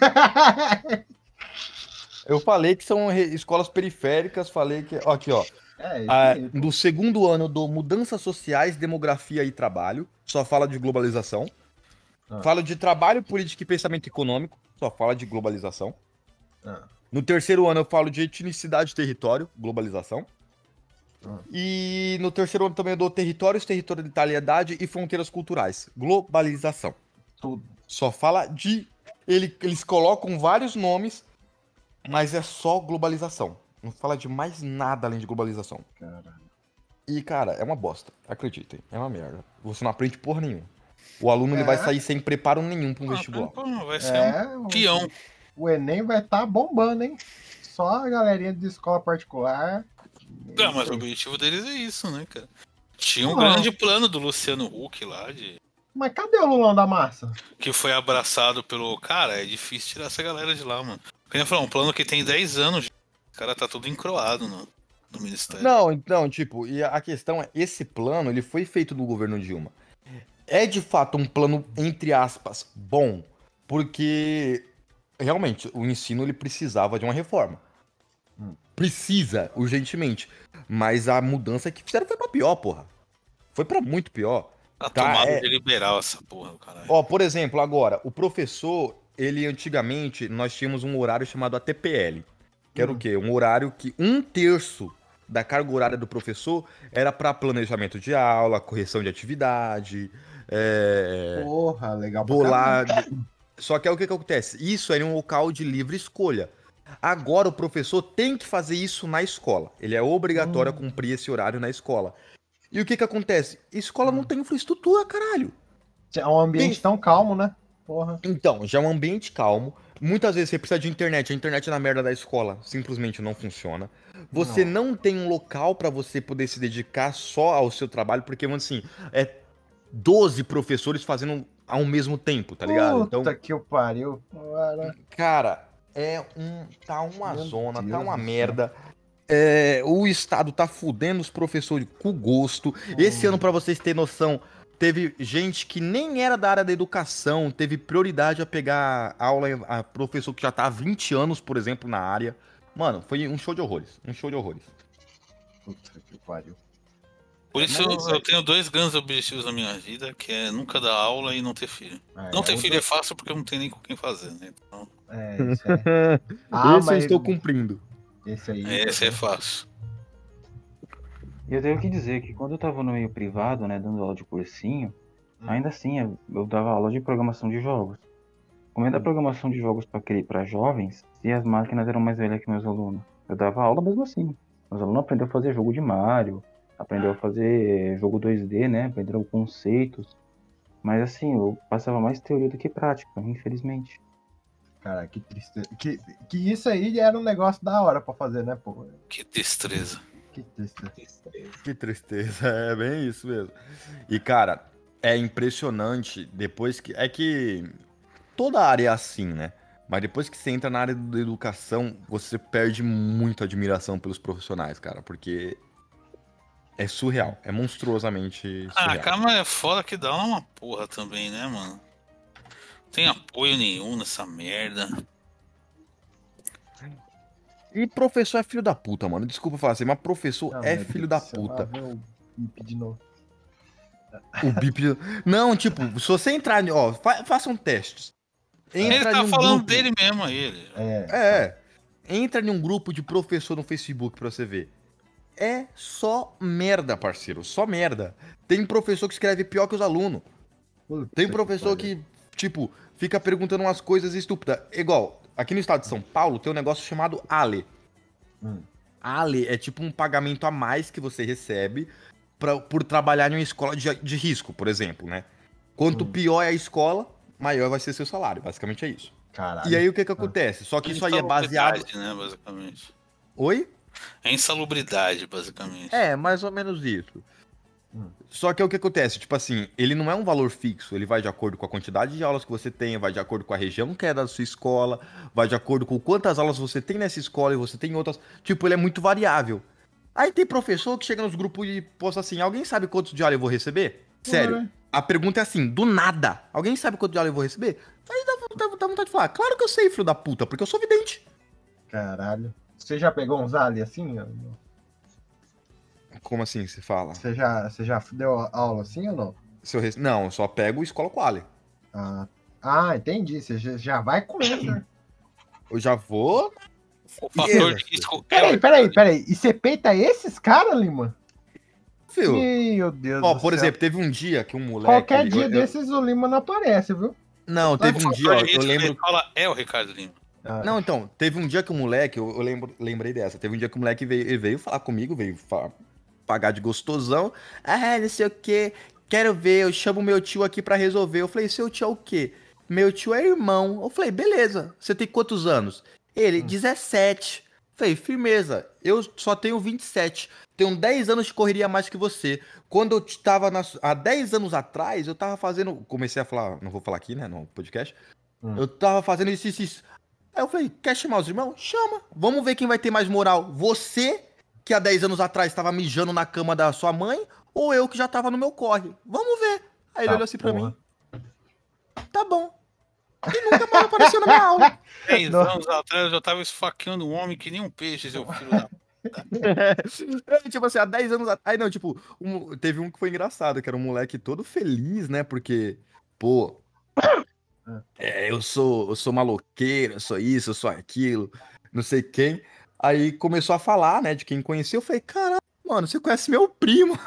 Eu falei que são escolas periféricas, falei que... Ó, aqui, ó. É isso aí. No segundo ano eu dou mudanças sociais, demografia e trabalho, só fala de globalização. Falo de trabalho, política e pensamento econômico, só fala de globalização. No terceiro ano eu falo de etnicidade e território, globalização. E no terceiro ano também eu dou territórios, territorialidade e fronteiras culturais, globalização. Tudo. Só fala de... Eles colocam vários nomes, mas é só globalização. Não fala de mais nada além de globalização. Caralho. E, cara, é uma bosta. Acreditem, é uma merda. Você não aprende porra nenhuma. O aluno ele vai sair sem preparo nenhum para um vestibular. Vai ser um peão. O Enem vai estar bombando, hein? Só a galerinha de escola particular. Não, mas o objetivo deles é isso, né, cara? Tinha um grande plano do Luciano Huck lá, Mas cadê o Lulão da Massa? que foi abraçado pelo... Cara, é difícil tirar essa galera de lá, mano. Eu ia falar, um plano que tem 10 anos, o cara tá tudo encroado no ministério. Não, então, tipo, e a questão é, esse plano, ele foi feito no governo Dilma. É de fato um plano, entre aspas, bom, porque realmente o ensino ele precisava de uma reforma. Precisa, urgentemente. Mas a mudança que fizeram foi pra pior, porra. Foi pra muito pior. A tomada de liberal essa porra, caralho. Ó, por exemplo, agora, o professor, ele antigamente, nós tínhamos um horário chamado ATPL. Que era o quê? Um horário que 1/3 da carga horária do professor era pra planejamento de aula, correção de atividade, Porra, legal pra bolar. Só que é o que acontece? Isso era um local de livre escolha. Agora o professor tem que fazer isso na escola. Ele é obrigatório a cumprir esse horário na escola. E o que que acontece? Escola não tem infraestrutura, caralho. É um ambiente tão calmo, né? Porra. Então, já é um ambiente calmo. Muitas vezes você precisa de internet. A internet na merda da escola simplesmente não funciona. Você não tem um local pra você poder se dedicar só ao seu trabalho, porque, assim, é 12 professores fazendo ao mesmo tempo, tá ligado? Puta que o pariu. Cara, tá uma Meu zona, Deus tá uma do céu. merda. O Estado tá fudendo os professores com gosto. Esse ano, pra vocês terem noção, teve gente que nem era da área da educação, teve prioridade a pegar aula, a professor que já tá há 20 anos, por exemplo, na área. Mano, foi um show de horrores. Um show de horrores. Puta que pariu. Por isso Mas é isso eu aí. tenho 2 grandes objetivos na minha vida, que é nunca dar aula e não ter filho. Não ter o filho é fácil porque eu não tenho nem com quem fazer, né? Então, isso é. Ah, Esse eu mas estou cumprindo. esse aí. esse é fácil. E eu tenho que dizer que quando eu tava no meio privado, né, dando aula de cursinho, ainda assim eu dava aula de programação de jogos. Como é da programação de jogos para jovens, e as máquinas eram mais velhas que meus alunos. Eu dava aula mesmo assim. Meus alunos aprenderam a fazer jogo de Mario, aprendeu a fazer jogo 2D, né, aprenderam conceitos. Mas assim, eu passava mais teoria do que prática, infelizmente. Cara, que tristeza. Que isso aí era um negócio da hora pra fazer, né, pô? Que destreza. Que tristeza. Que tristeza, é bem isso mesmo. E, cara, é impressionante depois que. É que toda área é assim, né? Mas depois que você entra na área da educação, você perde muita admiração pelos profissionais, cara, porque é surreal, é monstruosamente Ah, surreal. cara, mas é foda que dá uma porra também, né, mano? Não tem apoio nenhum nessa merda. E professor é filho da puta, mano. Desculpa falar assim, mas professor Ah, é meu filho Deus da do céu, lá puta. vem o bip de novo. O bip. Não, tipo, se você entrar. Ó, façam testes. Ele Entra tá em um falando grupo. dele mesmo aí, ele. Entra em um grupo de professor no Facebook pra você ver. É só merda, parceiro. Só merda. Tem professor que escreve pior que os alunos. Puta Tem que professor pariu. que, tipo, fica perguntando umas coisas estúpidas. Igual, aqui no estado de São Paulo tem um negócio chamado ALE. ALE é tipo um pagamento a mais que você recebe por trabalhar em uma escola de risco, por exemplo, né? Quanto pior é a escola, maior vai ser seu salário. Basicamente é isso. Caralho. E aí o que que acontece? Só que isso aí é baseado... Insalubridade, né, basicamente. Oi? É insalubridade, basicamente. É, mais ou menos isso. Só que é o que acontece, tipo assim, ele não é um valor fixo, ele vai de acordo com a quantidade de aulas que você tem, vai de acordo com a região que é da sua escola, vai de acordo com quantas aulas você tem nessa escola e você tem outras. Tipo, ele é muito variável. Aí tem professor que chega nos grupos e posta assim, alguém sabe quantos de aula eu vou receber? Sério. A pergunta é assim, do nada. Alguém sabe quanto de aula eu vou receber? Aí dá vontade de falar, claro que eu sei, filho da puta, porque eu sou vidente. Caralho. Você já pegou uns ali assim? Como assim você fala? Você já deu aula assim ou não? Não, eu só pego escola quali. Entendi. Você já vai com ele, né? Eu já vou... O fator de risco Peraí. E você peita esses caras, Lima? Filho. Meu Deus Ó, do por céu. exemplo, teve um dia que um moleque... Qualquer dia desses o Lima não aparece, viu? Não, teve um dia, ó, eu lembro... É o Ricardo Lima. Não, então, teve um dia que o moleque, eu lembrei dessa, teve um dia que o moleque veio falar comigo, pagar de gostosão. Ah, não sei o que, quero ver, eu chamo meu tio aqui pra resolver. Eu falei, seu tio é o quê? Meu tio é irmão. Eu falei, beleza, você tem quantos anos? Ele, 17. Falei, firmeza, eu só tenho 27. Tenho 10 anos de correria a mais que você. Quando eu tava há 10 anos atrás, eu tava fazendo... Comecei a falar, não vou falar aqui, né, no podcast. Eu tava fazendo isso. Aí eu falei, quer chamar os irmãos? Chama. Vamos ver quem vai ter mais moral. Você, que há 10 anos atrás estava mijando na cama da sua mãe, ou eu que já tava no meu corre? Vamos ver. Aí ele olhou assim pra mim. Tá bom. E nunca mais apareceu na minha aula. 10 anos atrás eu já tava esfaqueando um homem que nem um peixe, seu filho da... Tipo assim, há 10 anos atrás. Aí não, tipo, teve um que foi engraçado, que era um moleque todo feliz, né? Porque, pô, eu sou maloqueiro, eu sou isso, eu sou aquilo, não sei quem. Aí começou a falar, né, de quem conhecia. Eu falei, caralho, mano, você conhece meu primo.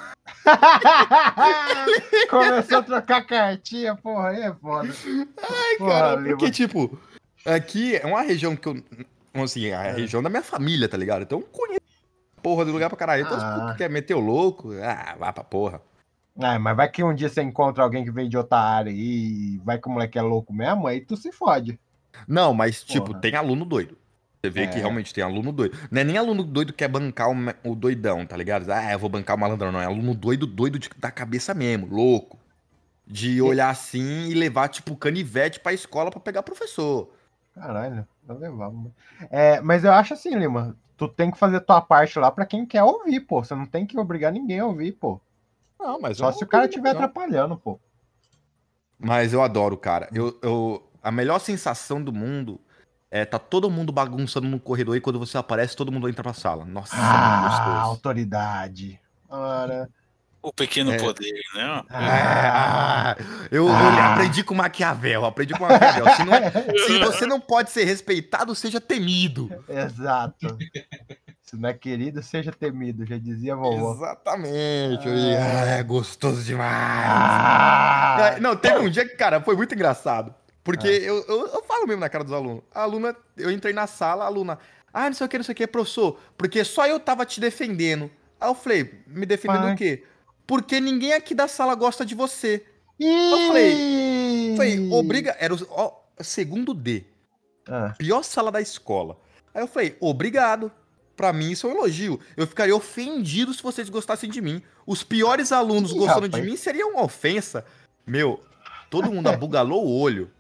Começou a trocar cartinha, porra, aí é foda. Ai, cara, porque, tipo, aqui é uma região que eu. Assim, é a região da minha família, tá ligado? Então eu conheço porra de lugar pra caralho. Então, Ah. se quer meter o louco, vá pra porra. Mas vai que um dia você encontra alguém que veio de outra área e vai que o moleque é louco mesmo, aí tu se fode. Não, mas, tipo, Porra. tem aluno doido. Você vê que realmente tem aluno doido. Não é nem aluno doido que quer bancar o doidão, tá ligado? Eu vou bancar o malandrão. Não, é aluno doido da cabeça mesmo, louco. De olhar assim e levar, tipo, canivete pra escola pra pegar professor. Caralho, eu levava. Mas eu acho assim, Lima, tu tem que fazer tua parte lá pra quem quer ouvir, pô. Você não tem que obrigar ninguém a ouvir, pô. Não, mas Só se o cara estiver atrapalhando, pô. Mas eu adoro, cara. A melhor sensação do mundo é tá todo mundo bagunçando no corredor e quando você aparece, todo mundo entra pra sala. Nossa, é muito gostoso. Autoridade. Ora. O pequeno poder, né? Eu aprendi com Maquiavel, Se você não pode ser respeitado, seja temido. Exato. Se não é querido, seja temido, já dizia a vovó. Exatamente. É gostoso demais. Não, teve um dia que, cara, foi muito engraçado. Porque eu falo mesmo na cara dos alunos. A aluna, eu entrei na sala, a aluna, não sei o que, professor, porque só eu tava te defendendo. Aí eu falei, me defendendo o quê? Porque ninguém aqui da sala gosta de você. Eu falei, obriga. Era o segundo D. Pior sala da escola. Aí eu falei, obrigado. Pra mim isso é um elogio. Eu ficaria ofendido se vocês gostassem de mim. Os piores alunos gostando de mim seria uma ofensa. Meu, todo mundo abugalou o olho.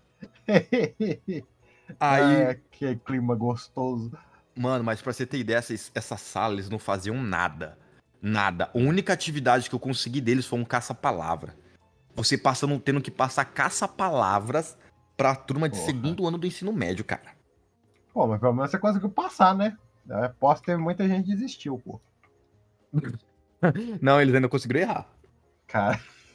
Aí. Que clima gostoso. Mano, mas pra você ter ideia, essa sala eles não faziam nada. Nada. A única atividade que eu consegui deles foi um caça-palavra. Você tendo que passar caça-palavras pra turma de segundo ano do ensino médio, cara. Pô, mas pelo menos você conseguiu passar, né? Posso ter muita gente que desistiu, pô. Não, eles ainda conseguiram errar. Cara.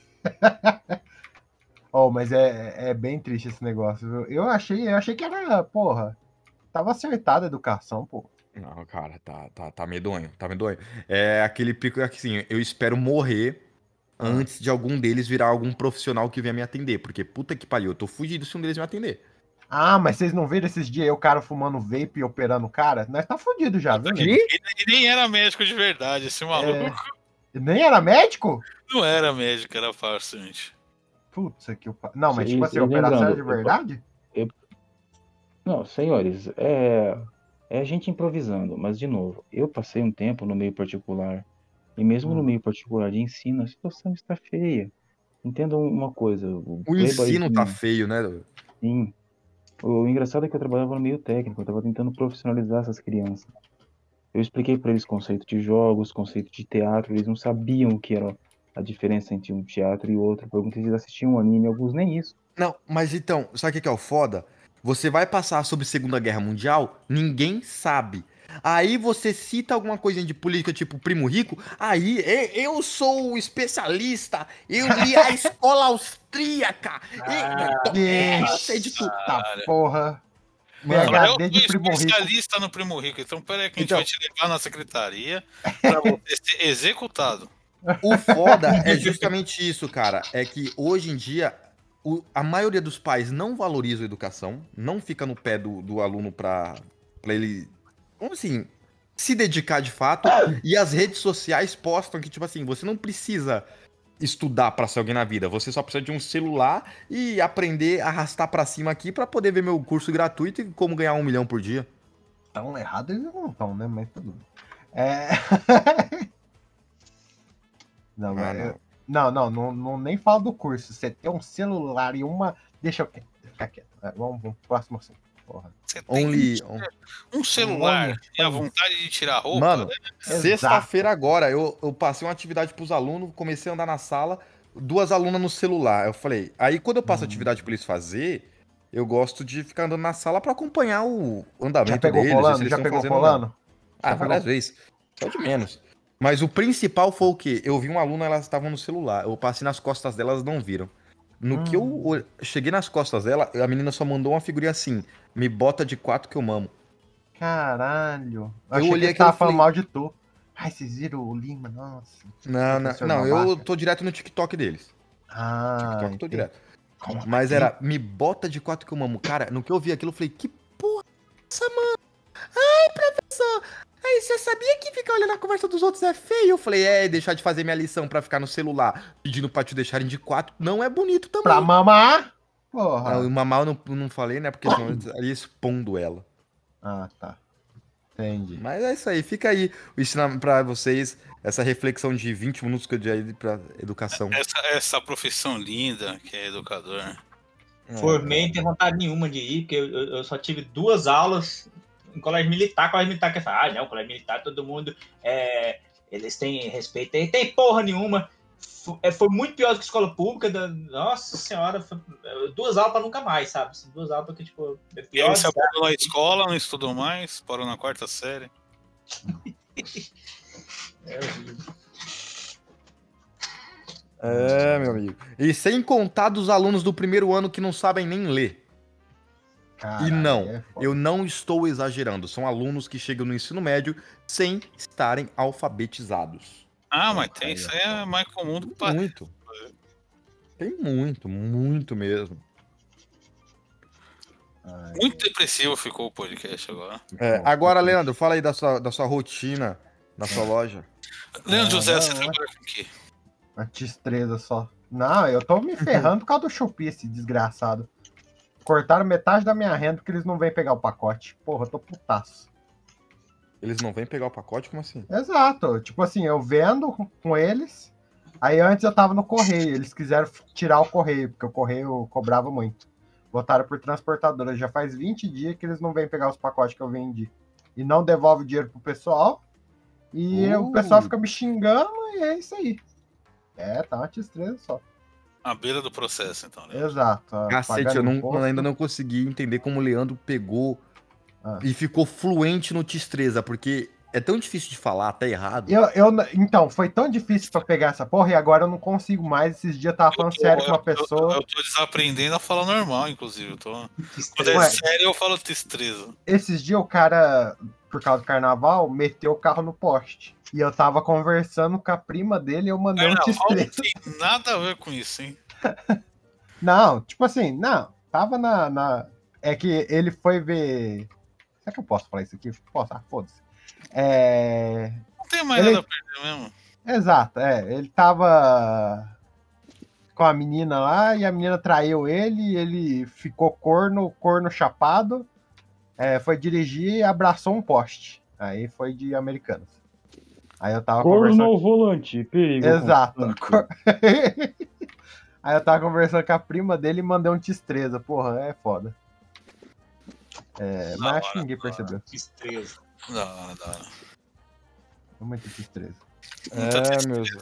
Mas é bem triste esse negócio, viu? Eu achei que era, porra, tava acertada a educação, pô. Não, cara, tá medonho, tá medonho. É aquele pico, assim, eu espero morrer antes de algum deles virar algum profissional que venha me atender, porque puta que pariu, eu tô fugido se um deles me atender. Mas vocês não viram esses dias aí o cara fumando vape e operando o cara? Nós tá fudido já, viu? E nem era médico de verdade, esse maluco. Nem era médico? Não era médico, era farsante. Putz, que o... Não, mas tipo assim, operação era de verdade? Não, senhores, é a gente improvisando, mas de novo, eu passei um tempo no meio particular, e mesmo no meio particular de ensino, a situação está feia. Entendam uma coisa. O ensino tá feio, né? Sim. O engraçado é que eu trabalhava no meio técnico, eu estava tentando profissionalizar essas crianças. Eu expliquei para eles conceito de jogos, conceito de teatro, eles não sabiam o que era a diferença entre um teatro e outro. Perguntei se eles assistiam um anime, alguns nem isso. Não, mas então, sabe o que é o foda? Você vai passar sobre Segunda Guerra Mundial, ninguém sabe. Aí você cita alguma coisinha de política, tipo Primo Rico, aí eu sou o especialista, eu li a escola austríaca. Eu sei de tudo. Porra. Eu sou especialista no Primo Rico, então peraí que a gente vai te levar na secretaria pra você ser executado. O foda é justamente isso, cara. É que hoje em dia a maioria dos pais não valoriza a educação, não fica no pé do aluno pra ele, vamos assim, se dedicar de fato. E as redes sociais postam que, tipo assim, você não precisa estudar pra ser alguém na vida, você só precisa de um celular e aprender a arrastar pra cima aqui pra poder ver meu curso gratuito e como ganhar 1 milhão por dia. Tão errado eles não estão, né? Mas tudo bem. Não, nem fala do curso. Você tem um celular e uma. Deixa eu ficar quieto. Vamos pro próximo assunto. Porra. Você tem um celular e a vontade de tirar a roupa. Mano, sexta-feira agora, eu passei uma atividade pros alunos, comecei a andar na sala, 2 alunas no celular. Eu falei, aí quando eu passo atividade pra eles fazer, eu gosto de ficar andando na sala pra acompanhar o andamento deles. Já pegou Polano? Várias vezes. Só de menos. Mas o principal foi o quê? Eu vi uma aluna, elas estavam no celular. Eu passei nas costas delas, elas não viram. No que eu cheguei nas costas dela, a menina só mandou uma figurinha assim: me bota de 4 que eu mamo. Caralho. Eu olhei que tava falando mal de tu. Ai, vocês viram o Lima? Nossa. Não, eu tô direto no TikTok deles. TikTok eu tô direto. Mas era, me bota de 4 que eu mamo. Cara, no que eu vi aquilo, eu falei, que porra é essa, mano? Ai, professor. Ai, mas você sabia que ficar olhando a conversa dos outros é feio? Eu falei, deixar de fazer minha lição pra ficar no celular pedindo pra te deixarem de 4 não é bonito também. Pra mamar? Não, Porra. o mamar eu não falei, né? Porque senão eu estaria expondo ela. Ah, tá. Entendi. Mas é isso aí, fica aí o ensinamento pra vocês, essa reflexão de 20 minutos que eu dei pra educação. Essa profissão linda que é educador. Formei, não tenho vontade nenhuma de ir, porque eu só tive 2 aulas em colégio militar que fala, não, colégio militar, todo mundo, eles têm respeito, tem porra nenhuma. Foi muito pior do que escola pública, nossa senhora, 2 aulas pra nunca mais, sabe? 2 aulas porque, tipo, é pior. Você abandonou a escola, não estudou mais, parou na 4ª série. Meu amigo. E sem contar dos alunos do primeiro ano que não sabem nem ler. Caralho, E não, é foda. eu não estou exagerando. São alunos que chegam no ensino médio sem estarem alfabetizados. Ah, mas tem, isso aí é mais comum do que parece. Muito. Tem muito mesmo. Muito depressivo ficou o podcast agora. Agora, Leandro, fala aí da sua rotina na sua loja. Leandro José, não, você não. trabalha com o quê? Uma destreza só. Não, eu tô me ferrando por causa do Shopee, esse desgraçado. Cortaram metade da minha renda porque eles não vêm pegar o pacote. Porra, eu tô putaço. Eles não vêm pegar o pacote? Como assim? Exato. Tipo assim, eu vendo com eles. Aí antes eu tava no correio. Eles quiseram tirar o correio, porque o correio cobrava muito. Botaram por transportadora. Já faz 20 dias que eles não vêm pegar os pacotes que eu vendi. E não devolve o dinheiro pro pessoal. E o pessoal fica me xingando e é isso aí. Tá uma destreza só. À beira do processo, então, né? Exato. Cacete, eu ainda não consegui entender como o Leandro pegou e ficou fluente no Tistreza, porque é tão difícil de falar, tá errado. Então, foi tão difícil pra pegar essa porra e agora eu não consigo mais. Esses dias eu tava falando sério com uma pessoa. Eu tô desaprendendo a falar normal, inclusive. Quando é Ué. sério, eu falo destreza. Esses dias o cara, por causa do carnaval, meteu o carro no poste. E eu tava conversando com a prima dele e eu mandei um Carnaval não Tistreza. tem nada a ver com isso, hein? Não, tipo assim, não. Tava É que ele foi ver. Será que eu posso falar isso aqui? Posso? Ah, foda-se. Não tem mais nada a perder mesmo. Exato, ele tava com a menina lá e a menina traiu ele e ele ficou corno chapado, foi dirigir e abraçou um poste. Aí foi de Americanas. Aí eu tava conversando... Corno ao volante, perigo. Exato. Aí eu tava conversando com a prima dele e mandei um Tistreza. Porra, é foda. Mas acho que ninguém percebeu. Destreza. Da hora. Muito Tistreza. Meu Deus.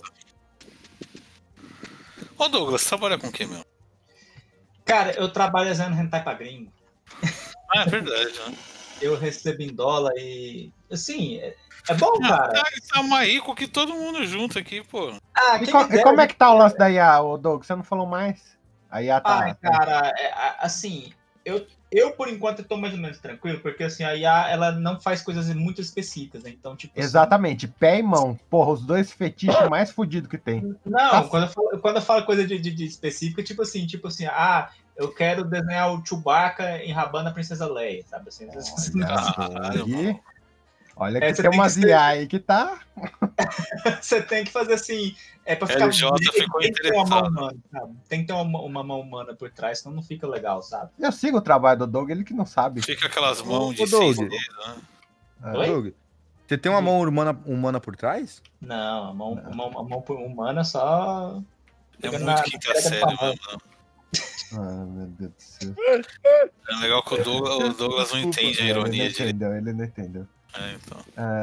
Ô Douglas, você trabalha com o quê, meu? Cara, eu trabalho fazendo hentai pra gringo. Ah, é verdade, né? Eu recebo em dólar e... Assim, é bom, cara. Tá mais rico que todo mundo junto aqui, pô. Ah, E como é que tá o lance da IA, ô Doug? Você não falou mais? A IA tá... Ai, cara, assim, eu por enquanto eu tô mais ou menos tranquilo, porque assim, a IA, ela não faz coisas muito específicas, né? Então, tipo Exatamente, pé e mão. Porra, os dois fetiches mais fodidos que tem. assim, não, quando eu falo coisa de específica, tipo assim, eu quero desenhar o Chewbacca enrabando a Princesa Leia, sabe? Assim, Olha que você tem tem umas que ser- IA aí que tá... você tem que fazer assim, pra ficar LJ ficou tem que ter uma mão interessado. humana, sabe? Tem que ter uma mão humana por trás, senão não fica legal, sabe? Eu sigo o trabalho do Doug, ele que não sabe. Fica aquelas mãos de Ô, Doug. 6 dedos, né? Oi? Doug, você tem uma mão humana por trás? Não, a mão humana só... É pegando muito na- quinta pega série com a mão. mesmo, né? Ah, meu Deus do céu. É legal que o Douglas não entende a ironia direito. Ele não entendeu. Então.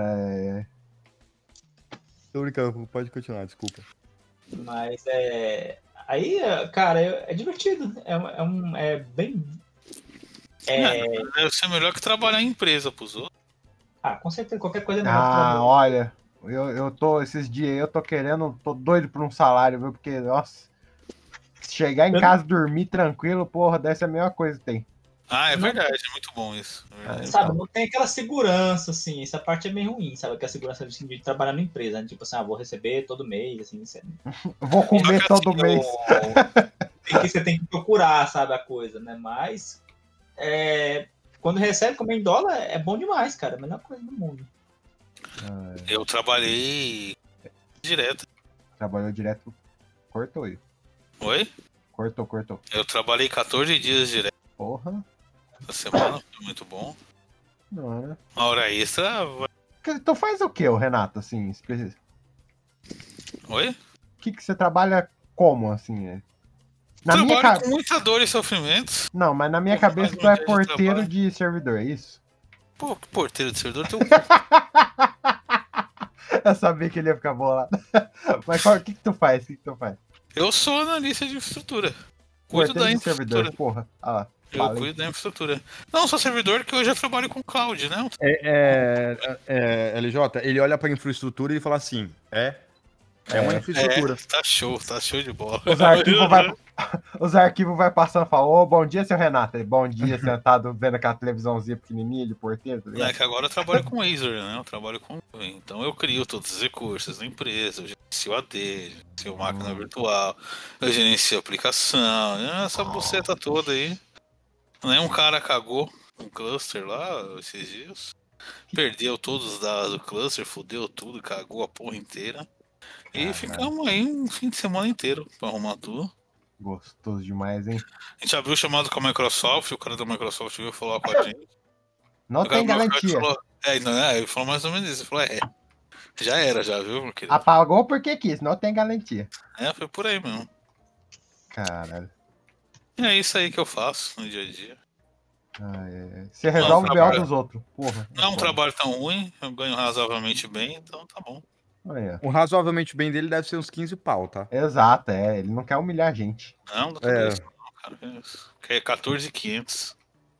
Tô brincando, pode continuar, desculpa. Mas aí, cara, é divertido. É bem. Deve ser melhor que trabalhar em empresa pros outros. Com certeza, qualquer coisa é melhor que trabalhar. Olha, eu tô, esses dias aí, eu tô doido por um salário, viu? Porque, nossa, chegar em casa, dormir tranquilo, porra, deve ser a melhor coisa que tem. Ah, é verdade, é muito bom isso. É verdade. Sabe, não tem aquela segurança, assim, essa parte é meio ruim, sabe? Que a segurança assim, de trabalhar na empresa, né? Tipo assim, vou receber todo mês, assim, Vou comer Só que todo assim, mês. você tem que procurar, sabe, a coisa, né? Mas quando recebe, comer em dólar, é bom demais, cara. É a melhor coisa do mundo. Eu trabalhei direto. Trabalhou direto. Cortou aí. Oi? Cortou. Eu trabalhei 14 dias direto Porra. essa semana, foi muito bom. Não, né? Uma hora extra. Tu faz o que, ô Renato, assim? Oi? O que você trabalha como, assim? Na minha Trabalho cabeça. com muita dor e sofrimento. Não, mas na minha Porra, cabeça mais tu um é dia de porteiro trabalho. de servidor, é isso? Pô, que porteiro de servidor tem Eu sabia que ele ia ficar bolado. Mas o que tu faz? Eu sou analista de infraestrutura. Cuido Porteiro da de servidor, infraestrutura. porra. Ah lá, Eu falei. cuido da infraestrutura. Não, sou servidor que hoje eu trabalho com cloud, né? LJ, ele olha pra infraestrutura e fala assim: é uma infraestrutura. Tá show de bola. Os arquivos vai passando e falam, ô, bom dia, seu Renato. Ele, bom dia, sentado vendo aquela televisãozinha pequenininha de porteiro, tá É ligado? que agora eu trabalho com Azure, né? Eu trabalho com. Então eu crio todos os recursos da empresa, eu gerencio AD, gerencio máquina virtual, eu gerencio aplicação, essa buceta toda aí. Um cara cagou um cluster lá esses dias. Perdeu todos os dados do cluster, fudeu tudo, cagou a porra inteira. E ficamos aí um fim de semana inteiro pra arrumar tudo. Gostoso demais, hein? A gente abriu o chamado com a Microsoft, o cara da Microsoft veio falar com a gente. Não tem garantia. Ele falou mais ou menos isso. Ele falou, já era, já, viu, meu querido? Apagou porque quis, não tem garantia. Foi por aí mesmo. Caralho. E é isso aí que eu faço no dia a dia. Você resolve o BO trabalho. dos outros. Porra. Não é um trabalho tão ruim, eu ganho razoavelmente bem, então tá bom. Olha. O razoavelmente bem dele deve ser uns 15 pau, tá? Exato, ele não quer humilhar a gente. Não, não tudo isso não, cara. Que é 14,500.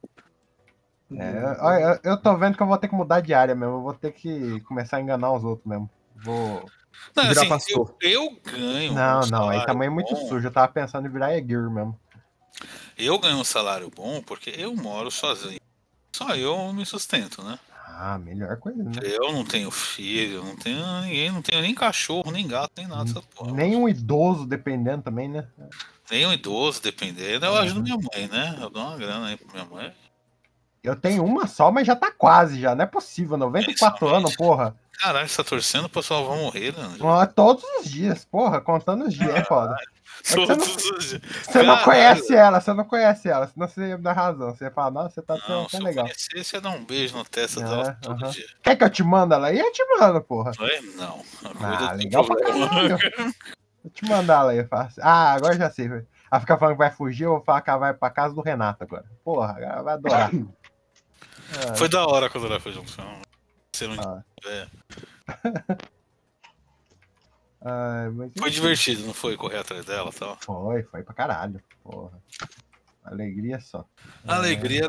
Eu tô vendo que eu vou ter que mudar de área mesmo. Eu vou ter que começar a enganar os outros mesmo. Não, Virar assim, pastor. eu ganho. Não, aí também é muito bom. sujo. Eu tava pensando em virar Egir mesmo. Eu ganho um salário bom porque eu moro sozinho. Só eu me sustento, né? Ah, melhor coisa, né? Eu não tenho filho, não tenho ninguém, não tenho nem cachorro, nem gato, nem nada dessa porra. Nem um idoso dependendo também, né? Nem um idoso, dependendo. Eu ajudo minha mãe, né? Eu dou uma grana aí pra minha mãe. Eu tenho uma só, mas já tá quase já. Não é possível. 94 anos, porra. Caralho, você tá torcendo pro pessoal vai morrer, né? Todos os dias, porra. Contando os dias, é foda. Todos os dias. Você não conhece ela, senão você ia me dar razão. Você ia falar, nossa, você tá Não, tão se legal. eu conhecesse, você ia dar um beijo na testa dela todo dia. Quer que eu te mando ela aí? Eu te mando, porra. Não. Legal pra caralho. Vou te mandar ela aí, eu faço. Agora já sei. Ela fica falando que vai fugir, eu vou falar que ela vai pra casa do Renato agora. Porra, ela vai adorar. Foi da hora quando ela foi junto. Foi divertido, não foi? Correr atrás dela e tal? Foi pra caralho. Porra. Alegria só. Alegria.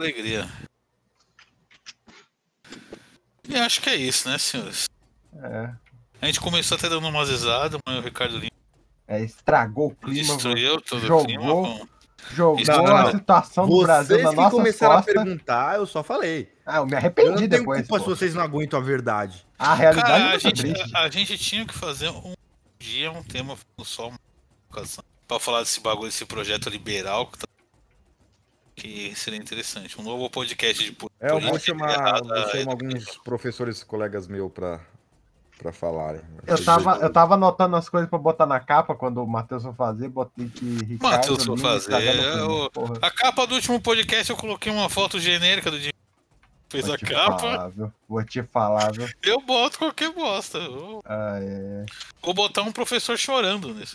E acho que é isso, né, senhores? A gente começou até dando umas risadas, mas o Ricardo Lima estragou o clima. Destruiu todo o clima. Jogou a situação do Brasil na nossa Vocês que começaram costa. a perguntar, eu só falei. Eu me arrependi depois. Culpa se vocês não aguentam a verdade. A realidade é Cara, triste. a gente tinha que fazer um tema só uma educação pra falar desse bagulho, desse projeto liberal que seria interessante. Um novo podcast de Eu vou política chamar errada, alguns professores colegas meus pra falarem. Eu tava anotando as coisas pra botar na capa quando o Matheus for fazer, botei que Ricardo Matheus for Lima fazer. estragando o clima, porra. A capa do último podcast eu coloquei uma foto genérica do Jimmy. Fez a capa. Vou te falar, viu? Eu boto qualquer bosta. Vou botar um professor chorando nesse.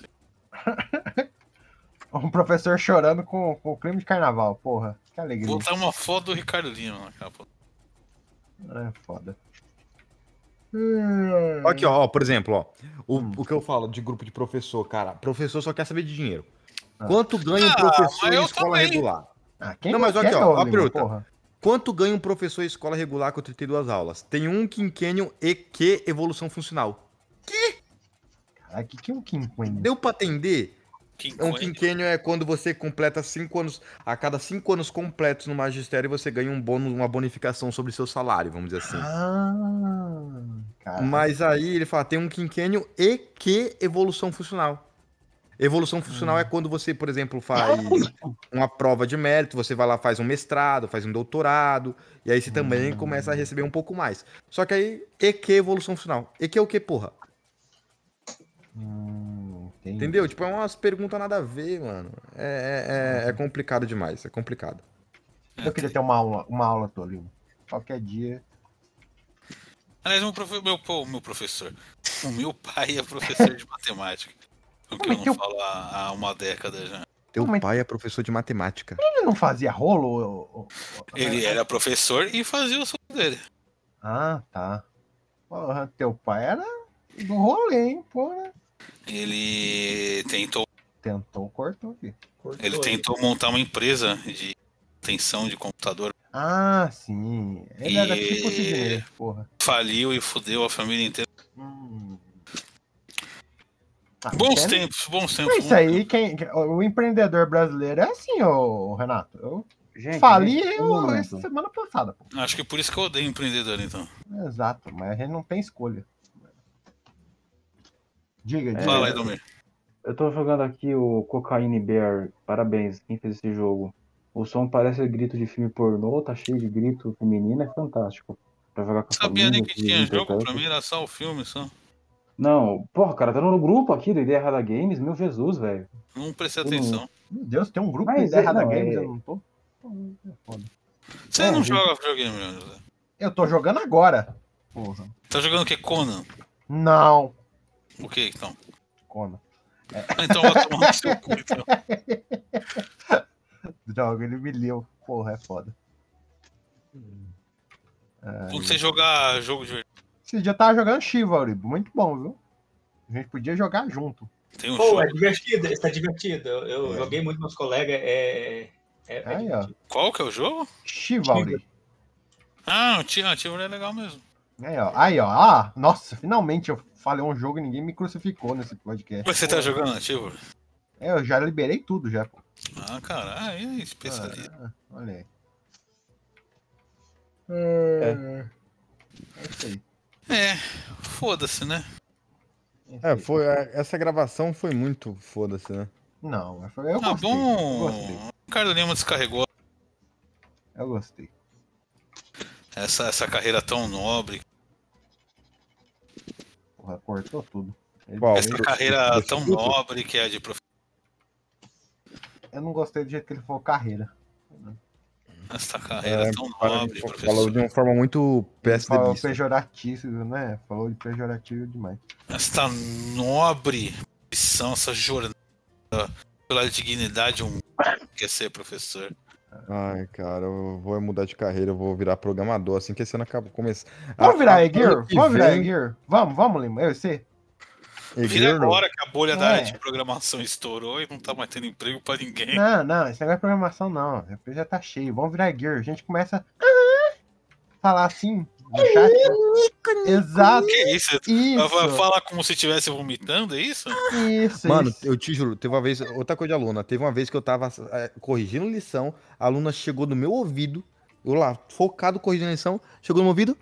Um professor chorando com o clima de carnaval, porra. Que alegria. Vou botar uma foto do Ricardo Lima na capa. Foda. Aqui, ó, por exemplo, o que eu falo de grupo de professor, cara. Professor só quer saber de dinheiro. Quanto ganha um professor em escola regular? Não, mas aqui, ó, a pergunta. Quanto ganha um professor em escola regular com 32 aulas? Tem um quinquênio e que evolução funcional. Que? Caralho, que é um quinquênio? Deu pra atender? Um quinquênio é quando você completa 5 anos. A cada 5 anos completos no magistério, você ganha um bônus, uma bonificação sobre seu salário, vamos dizer assim. Caralho. Mas aí ele fala, tem um quinquênio e que evolução funcional. Evolução funcional é quando você, por exemplo, faz uma prova de mérito, você vai lá, faz um mestrado, faz um doutorado, e aí você também começa a receber um pouco mais. Só que aí, EQ é evolução funcional. EQ é o que, porra? Entendi. Entendeu? Tipo, é umas perguntas nada a ver, mano. É complicado demais, é complicado. Eu queria ter uma aula tua, Lima. Qualquer dia. Aliás, meu professor. O meu pai é professor de matemática. O que eu não falo há uma década já. Teu Mas- pai é professor de matemática. Ele não fazia rolo? Ele era professor e fazia o som dele. Ah, tá. Porra, teu pai era do rolê, hein, porra. Ele Tentou, cortou aqui. Ele tentou montar uma empresa de extensão de computador. Ah, sim. Ele era E- tipo o Sidney, porra. Faliu e fudeu a família inteira. Ah, Bons entende? tempos, bons tempos. Mas isso aí, o empreendedor brasileiro é assim, ô Renato. Eu Gente, fali gente, um momento. essa semana passada, pô. Acho que por isso que eu odeio empreendedor, então. Exato, mas a gente não tem escolha. Diga. Fala aí, Domir. Eu tô jogando aqui o Cocaine Bear. Parabéns, quem fez esse jogo. O som parece grito de filme pornô, tá cheio de grito feminino, é fantástico. Pra jogar com a Sabia nem família. que tinha jogo, pra importante. mim era só o filme, só. Não, porra, cara, tá no grupo aqui do Ideia Errada Games, meu Jesus, velho. Não prestei Eu não- atenção. Meu Deus, tem um grupo Mas de Errada não, Games, é- eu não tô. É foda. Você não joga videogame, meu José. Eu tô jogando agora. Porra. Tá jogando o que? Conan? Não. O que então? Conan. Então vai tomar no seu cu, então. Droga, ele me leu. Porra, é foda. Quando você jogar jogo de verdade, Esse dia eu tava jogando Chivalry, muito bom, viu? A gente podia jogar junto. tem um Pô, jogo. é divertido, está divertido. Eu joguei muito com meus colegas, é Aí, ó. divertido. Qual que é o jogo? Chivalry. Ah, o Tiver é legal mesmo. Aí, ó. Ah, nossa, finalmente eu falei um jogo e ninguém me crucificou nesse podcast. Você tá jogando ativo? Eu já liberei tudo já, pô. Ah, caralho, aí é especialista. Olha aí. É isso aí. Foda-se, né? É isso aí. Foi, essa gravação foi muito foda-se, né? Não, mas eu Ah, gostei. bom. Eu gostei. O Ricardo Lima descarregou Eu gostei. essa carreira tão nobre. Porra, cortou tudo. Qual? Essa carreira tão prostituta? nobre que é a de professor. Eu não gostei do jeito que ele falou carreira. Essa carreira tão nobre, Falou professor. de uma forma muito Falou PSDBista. pejorativo, né? Falou de pejorativo demais. Essa nobre missão, essa jornada pela dignidade humana que é ser professor. Ai, cara, eu vou mudar de carreira, eu vou virar programador assim que esse ano acaba começar. Vamos virar Egir? Vamos virar Egir? Vamos, Lima. Eu sei. Vira agora que a bolha da É. área de programação estourou e não tá mais tendo emprego pra ninguém. Não, esse negócio de programação não. A empresa já tá cheio. Vamos virar Gear. A gente começa a falar assim no chat. Exato. Que isso? Isso. Vai falar como se estivesse vomitando, é isso? Isso. Mano, isso. eu te juro, teve uma vez, outra coisa de aluna, teve uma vez que eu tava corrigindo lição, a aluna chegou no meu ouvido, eu lá, focado corrigindo lição, chegou no meu ouvido.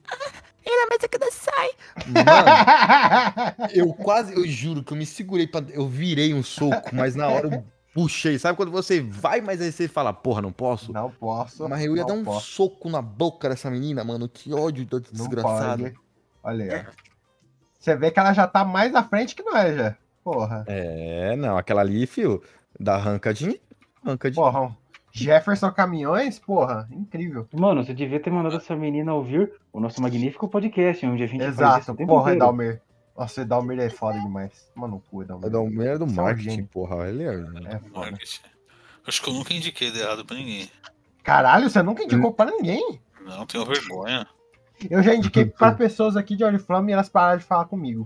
Mano, eu juro que eu me segurei eu virei um soco, mas na hora eu puxei. Sabe quando você vai, mas aí você fala, porra, não posso? Não posso. Mas eu ia não dar um posso, soco na boca dessa menina, mano. Que ódio da Não desgraçada. pode. Olha aí, ó. Você vê que ela já tá mais à frente que nós, já. Porra. É, não, aquela ali, fio, da arrancadinha. Porra. Jefferson Caminhões, porra. Incrível. Mano, você devia ter mandado essa menina ouvir o nosso magnífico podcast, onde a gente faz isso Exato. o tempo Porra, inteiro. Edalmir. Nossa, Edalmir é foda demais. Mano, o cu, Edalmir. É do Você é um marketing, gênio. porra. Ele é. É foda. Marketing. Acho que eu nunca indiquei de errado pra ninguém. Caralho, você nunca indicou pra ninguém. Não, tenho vergonha. Eu já indiquei pra pessoas aqui de Oriflame e elas pararam de falar comigo.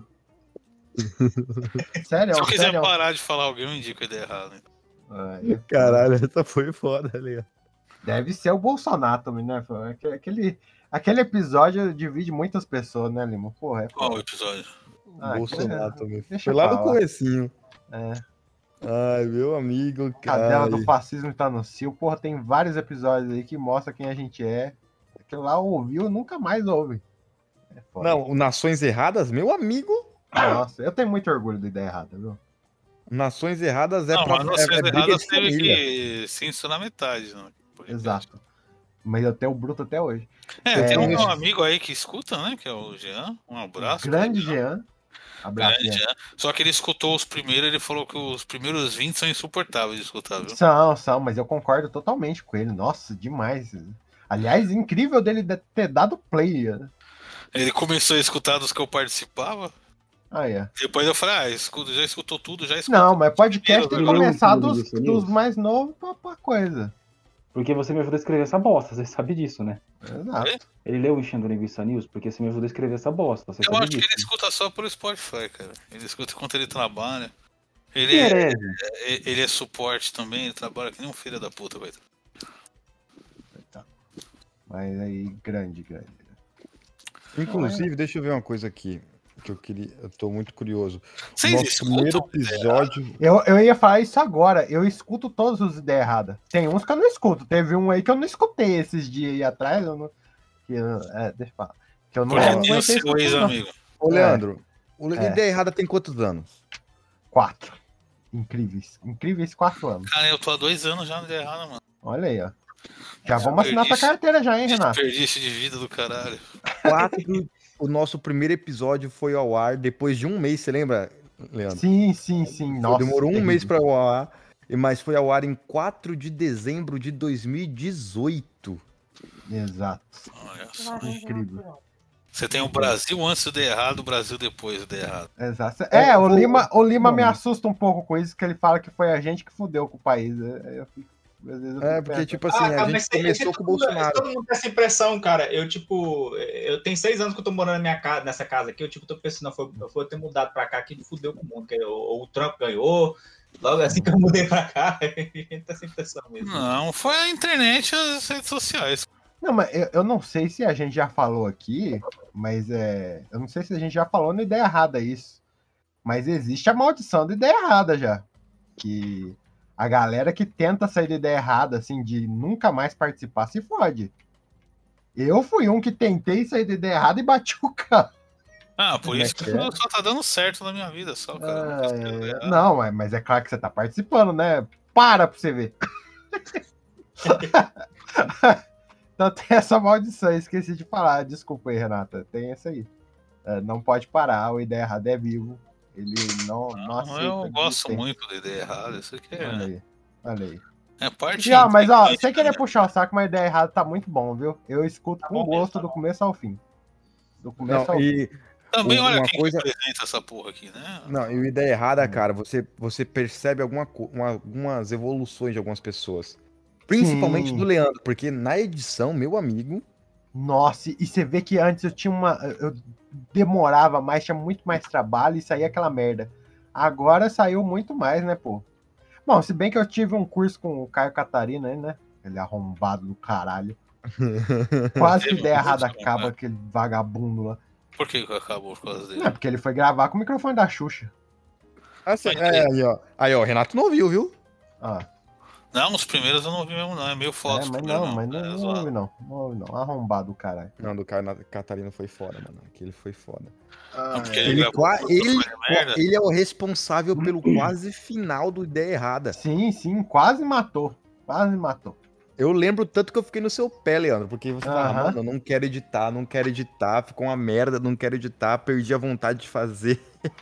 Sério, Se eu quiser sério. parar de falar alguém, eu indico a ideia errada. Ai, Caralho, essa foi foda ali. deve ser o Bolsonaro também, né? Aquele episódio divide muitas pessoas, né, Lima? Porra, é Qual o foda. episódio? Ah, Bolsonaro também. deixa Foi lá pra no lá. comecinho. É. Ai, meu amigo, Cadela cara. do fascismo tá no cio. Porra, tem vários episódios aí que mostra quem a gente é. Aquilo lá ouviu, nunca mais ouve. É foda. Não, o Nações Erradas, meu amigo. Nossa, eu tenho muito orgulho da ideia errada, viu? Nações erradas Não, mas não sendo briga errado, de teve família. que censurar metade, né? Exato. Mas eu tenho o Bruto até hoje. Tem um tenho esse- amigo aí que escuta, né? Que é o Jean. Um abraço. Grande pra ele. Jean. Abraço, Grande Jean. Jean. Só que ele escutou os primeiros, ele falou que os primeiros 20 são insuportáveis de escutar, viu? São, mas eu concordo totalmente com ele. Nossa, demais. Aliás, incrível dele ter dado play. Né? Ele começou a escutar dos que eu participava. Ah, é. Depois eu falei, já escutou tudo, já escutou. Não, mas podcast tem que Primeiro, começar primeiro dos, Linguiça News. dos mais novos pra coisa. Porque você me ajuda a escrever essa bosta, você sabe disso, né? Exato. Ele leu Enchendo Linguiça News porque você me ajuda a escrever essa bosta, você Eu sabe acho que disso. ele escuta só pelo Spotify, cara. Ele escuta enquanto ele trabalha. Que Ele herege. ele é suporte também, ele trabalha que nem um filho da puta, velho. Mas aí, grande. Inclusive, deixa eu ver uma coisa aqui que eu queria. Eu tô muito curioso. Vocês Nosso escutam primeiro ideia episódio. Eu ia falar isso agora. Eu escuto todos os ideias erradas. Tem uns que eu não escuto. Teve um aí que eu não escutei esses dias aí atrás. Eu não, deixa eu falar. Que eu não, Porque não tem o aguentei seu escutar, não. ex-amigo. Ô, Leandro, É. Ideia Errada tem quantos anos? 4. Incríveis 4 anos. Cara, eu tô há 2 anos já no ideia errada, mano. Olha aí, ó. Já vamos assinar tua carteira já, hein, Renato? Desperdício de vida do caralho. 4. O nosso primeiro episódio foi ao ar depois de um mês, você lembra, Leandro? Sim. Nossa, Demorou um terrível. mês para ao ar, mas foi ao ar em 4 de dezembro de 2018. Exato. Olha só. Incrível. Você tem o Brasil antes do errado, o Brasil depois do errado. Exato. É, O Lima me Não. assusta um pouco com isso, que ele fala que foi a gente que fudeu com o país. Eu fico, às vezes eu fico Porque, pensando. tipo assim, cara, a mas gente começou com o Bolsonaro. Todo mundo tem essa impressão, cara. Eu tenho 6 anos que eu tô morando nessa casa aqui. Eu, tô pensando, eu fui ter mudado pra cá que fudeu com o mundo. Que o Trump ganhou. Logo assim que eu mudei pra cá, a gente tem essa impressão mesmo. Não, foi a internet e as redes sociais. Não, mas eu não sei se a gente já falou aqui, mas eu não sei se a gente já falou na ideia errada isso. Mas existe a maldição da ideia errada já. Que a galera que tenta sair da ideia errada, assim, de nunca mais participar, se fode. Eu fui um que tentei sair da ideia errada e bati o carro. Ah, por Como é isso que que é? só tá dando certo na minha vida, só, cara. Eu nunca fiz ideia errada. Não, mas é claro que você tá participando, né? Para pra você ver. Então tem essa maldição, esqueci de falar. Desculpa aí, Renata. Tem essa aí. Não pode parar, o ideia errada é vivo. Ele não aceita. Eu gosto desistir. muito da ideia errada. Isso aqui Olha aí. é parte. Mas ó, integrante sem da querer minha- puxar o saco, mas a ideia errada tá muito bom, viu? Eu escuto Tá com bom mesmo, gosto tá do bom. começo ao fim. Do começo Não, ao fim. e, Também, olha uma quem coisa- representa essa porra aqui, né? não, e o Ideia Errada, cara, você percebe algumas evoluções de algumas pessoas. Principalmente Sim. do Leandro, porque na edição, meu amigo. Nossa, e você vê que antes eu demorava mais, tinha muito mais trabalho e saía aquela merda. Agora saiu muito mais, né, pô? Bom, se bem que eu tive um curso com o Caio Catarina aí, né? Ele arrombado do caralho. Quase que Teve um ideia curso errada com o acaba, Caio? aquele vagabundo lá. Por que acabou por causa dele? Não, porque ele foi gravar com o microfone da Xuxa. Assim, aí, ó, o Renato não ouviu, viu? Ah, Não, os primeiros eu não vi mesmo, não. É meio foda. os mas primeiros, não É zoado. ouve não. Não ouve não. Arrombado do caralho. Não, do Caio Catarina foi foda, mano. Aquele foi foda. Não, porque Ele, gravou qua- tudo, ele, foi merda. ele é o responsável pelo quase final do Ideia Errada. Sim, quase matou. Quase matou. Eu lembro tanto que eu fiquei no seu pé, Leandro, porque você falava, Aham. mano, eu não quero editar, ficou uma merda, não quero editar, perdi a vontade de fazer.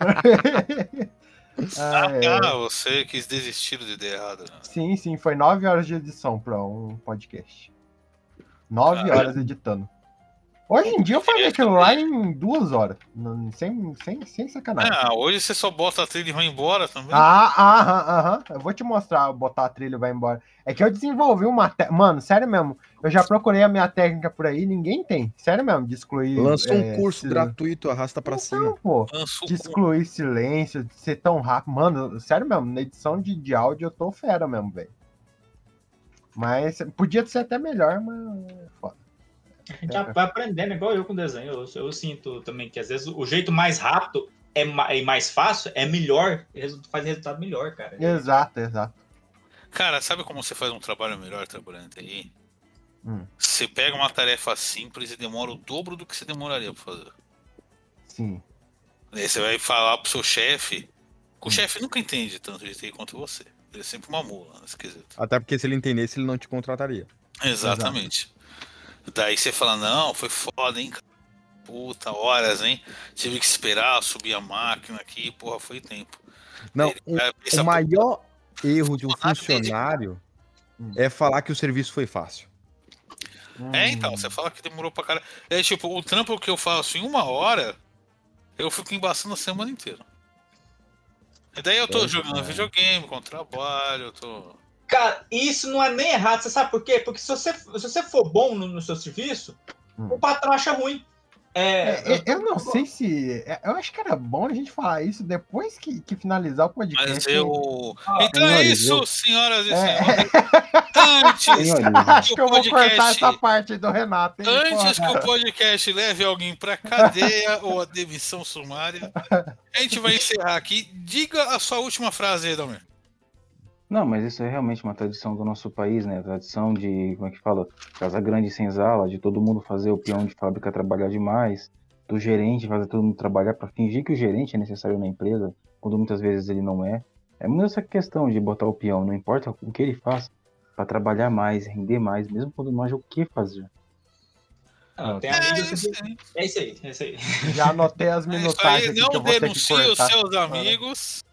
Você quis desistir de ideia errada. Sim, foi 9 horas de edição pra um podcast. 9 Caralho. horas editando. Hoje em dia eu faria aquilo lá em 2 horas. Sem sacanagem. Hoje você só bota a trilha e vai embora também. Aham. Eu vou te mostrar, botar a trilha e vai embora. É que eu desenvolvi uma Mano, sério mesmo. Eu já procurei a minha técnica por aí, ninguém tem. Sério mesmo, de excluir. Lançou um curso gratuito. gratuito, arrasta pra cima. Então, pô. Lança o De cu. excluir silêncio, de ser tão rápido. Mano, sério mesmo, na edição de áudio eu tô fera mesmo, velho. Mas podia ser até melhor, mas é foda. A gente vai aprendendo, igual eu com desenho. Eu sinto também que às vezes o jeito mais rápido e mais fácil é melhor, faz resultado melhor, cara. Exato. Cara, sabe como você faz um trabalho melhor trabalhando em TI? Hum. Você pega uma tarefa simples e demora o dobro do que você demoraria pra fazer. Sim. Aí você vai falar pro seu chefe O chefe nunca entende tanto de TI quanto você. Ele é sempre uma mula nesse quesito. Até porque se ele entendesse, ele não te contrataria. Exatamente. Daí você fala, não, foi foda, hein, cara. Puta, horas, hein? Tive que esperar, subir a máquina aqui, porra, foi tempo. Não, Ele vai pensar, o maior erro de um funcionário funcionário é falar que o serviço foi fácil. Então, você fala que demorou pra caralho. É tipo, o trampo que eu faço em 1 hora, eu fico embaçando a semana inteira. E daí eu tô jogando videogame com trabalho, eu tô. Cara, isso não é nem errado, você sabe por quê? Porque se você for bom no seu serviço, o patrão acha ruim. Eu não sei se. Eu acho que era bom a gente falar isso depois que finalizar o podcast. Mas eu. Então senhores, é isso, senhoras e senhores. Senhores, Acho que eu vou cortar essa parte do Renato. Hein, Antes que porra. o podcast leve alguém pra cadeia ou a demissão sumária, a gente vai encerrar aqui. Diga a sua última frase aí, Dalmer. Não, mas isso é realmente uma tradição do nosso país, né? A tradição de, como é que fala? Casa grande sem sala, de todo mundo fazer o peão de fábrica trabalhar demais, do gerente fazer todo mundo trabalhar para fingir que o gerente é necessário na empresa, quando muitas vezes ele não é. É muito essa questão de botar o peão, não importa o que ele faça, para trabalhar mais, render mais, mesmo quando não haja o que fazer. Tem amigos. É isso aí. Já anotei as É isso minutagens aí, aqui que eu não vou ter que denuncie os cortar. seus amigos.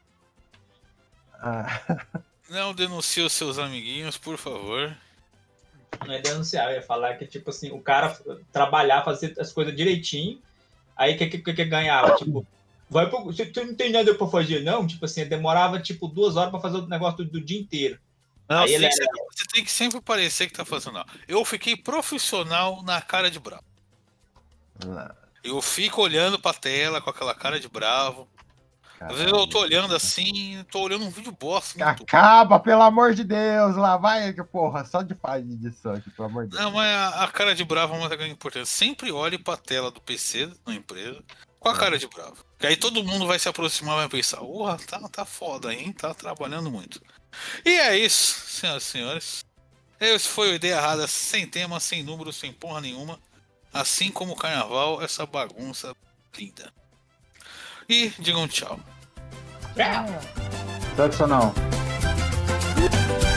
Ah, Não denuncie os seus amiguinhos, por favor. Não é denunciar, eu ia falar que, tipo assim, o cara trabalhar, fazer as coisas direitinho, aí que ganhava? Tipo, você não tem nada pra fazer, não? Tipo assim, demorava, tipo, 2 horas pra fazer o negócio do dia inteiro. Não, Aí ele você tem que sempre parecer que tá fazendo nada. Eu fiquei profissional na cara de bravo. Eu fico olhando pra tela com aquela cara de bravo. Às vezes eu tô olhando assim, tô olhando um vídeo bosta. acaba, pelo amor de Deus, lá vai, que porra, só de faz de edição aqui, pelo amor de Deus. Não, mas a cara de bravo é uma grande importância. Sempre olhe pra tela do PC da empresa com a cara de bravo. Que aí todo mundo vai se aproximar e vai pensar, porra, tá foda, hein? Tá trabalhando muito. E é isso, senhoras e senhores. Esse foi o Ideia Errada, sem tema, sem número, sem porra nenhuma. Assim como o carnaval, essa bagunça linda. E digam tchau. Tradicional.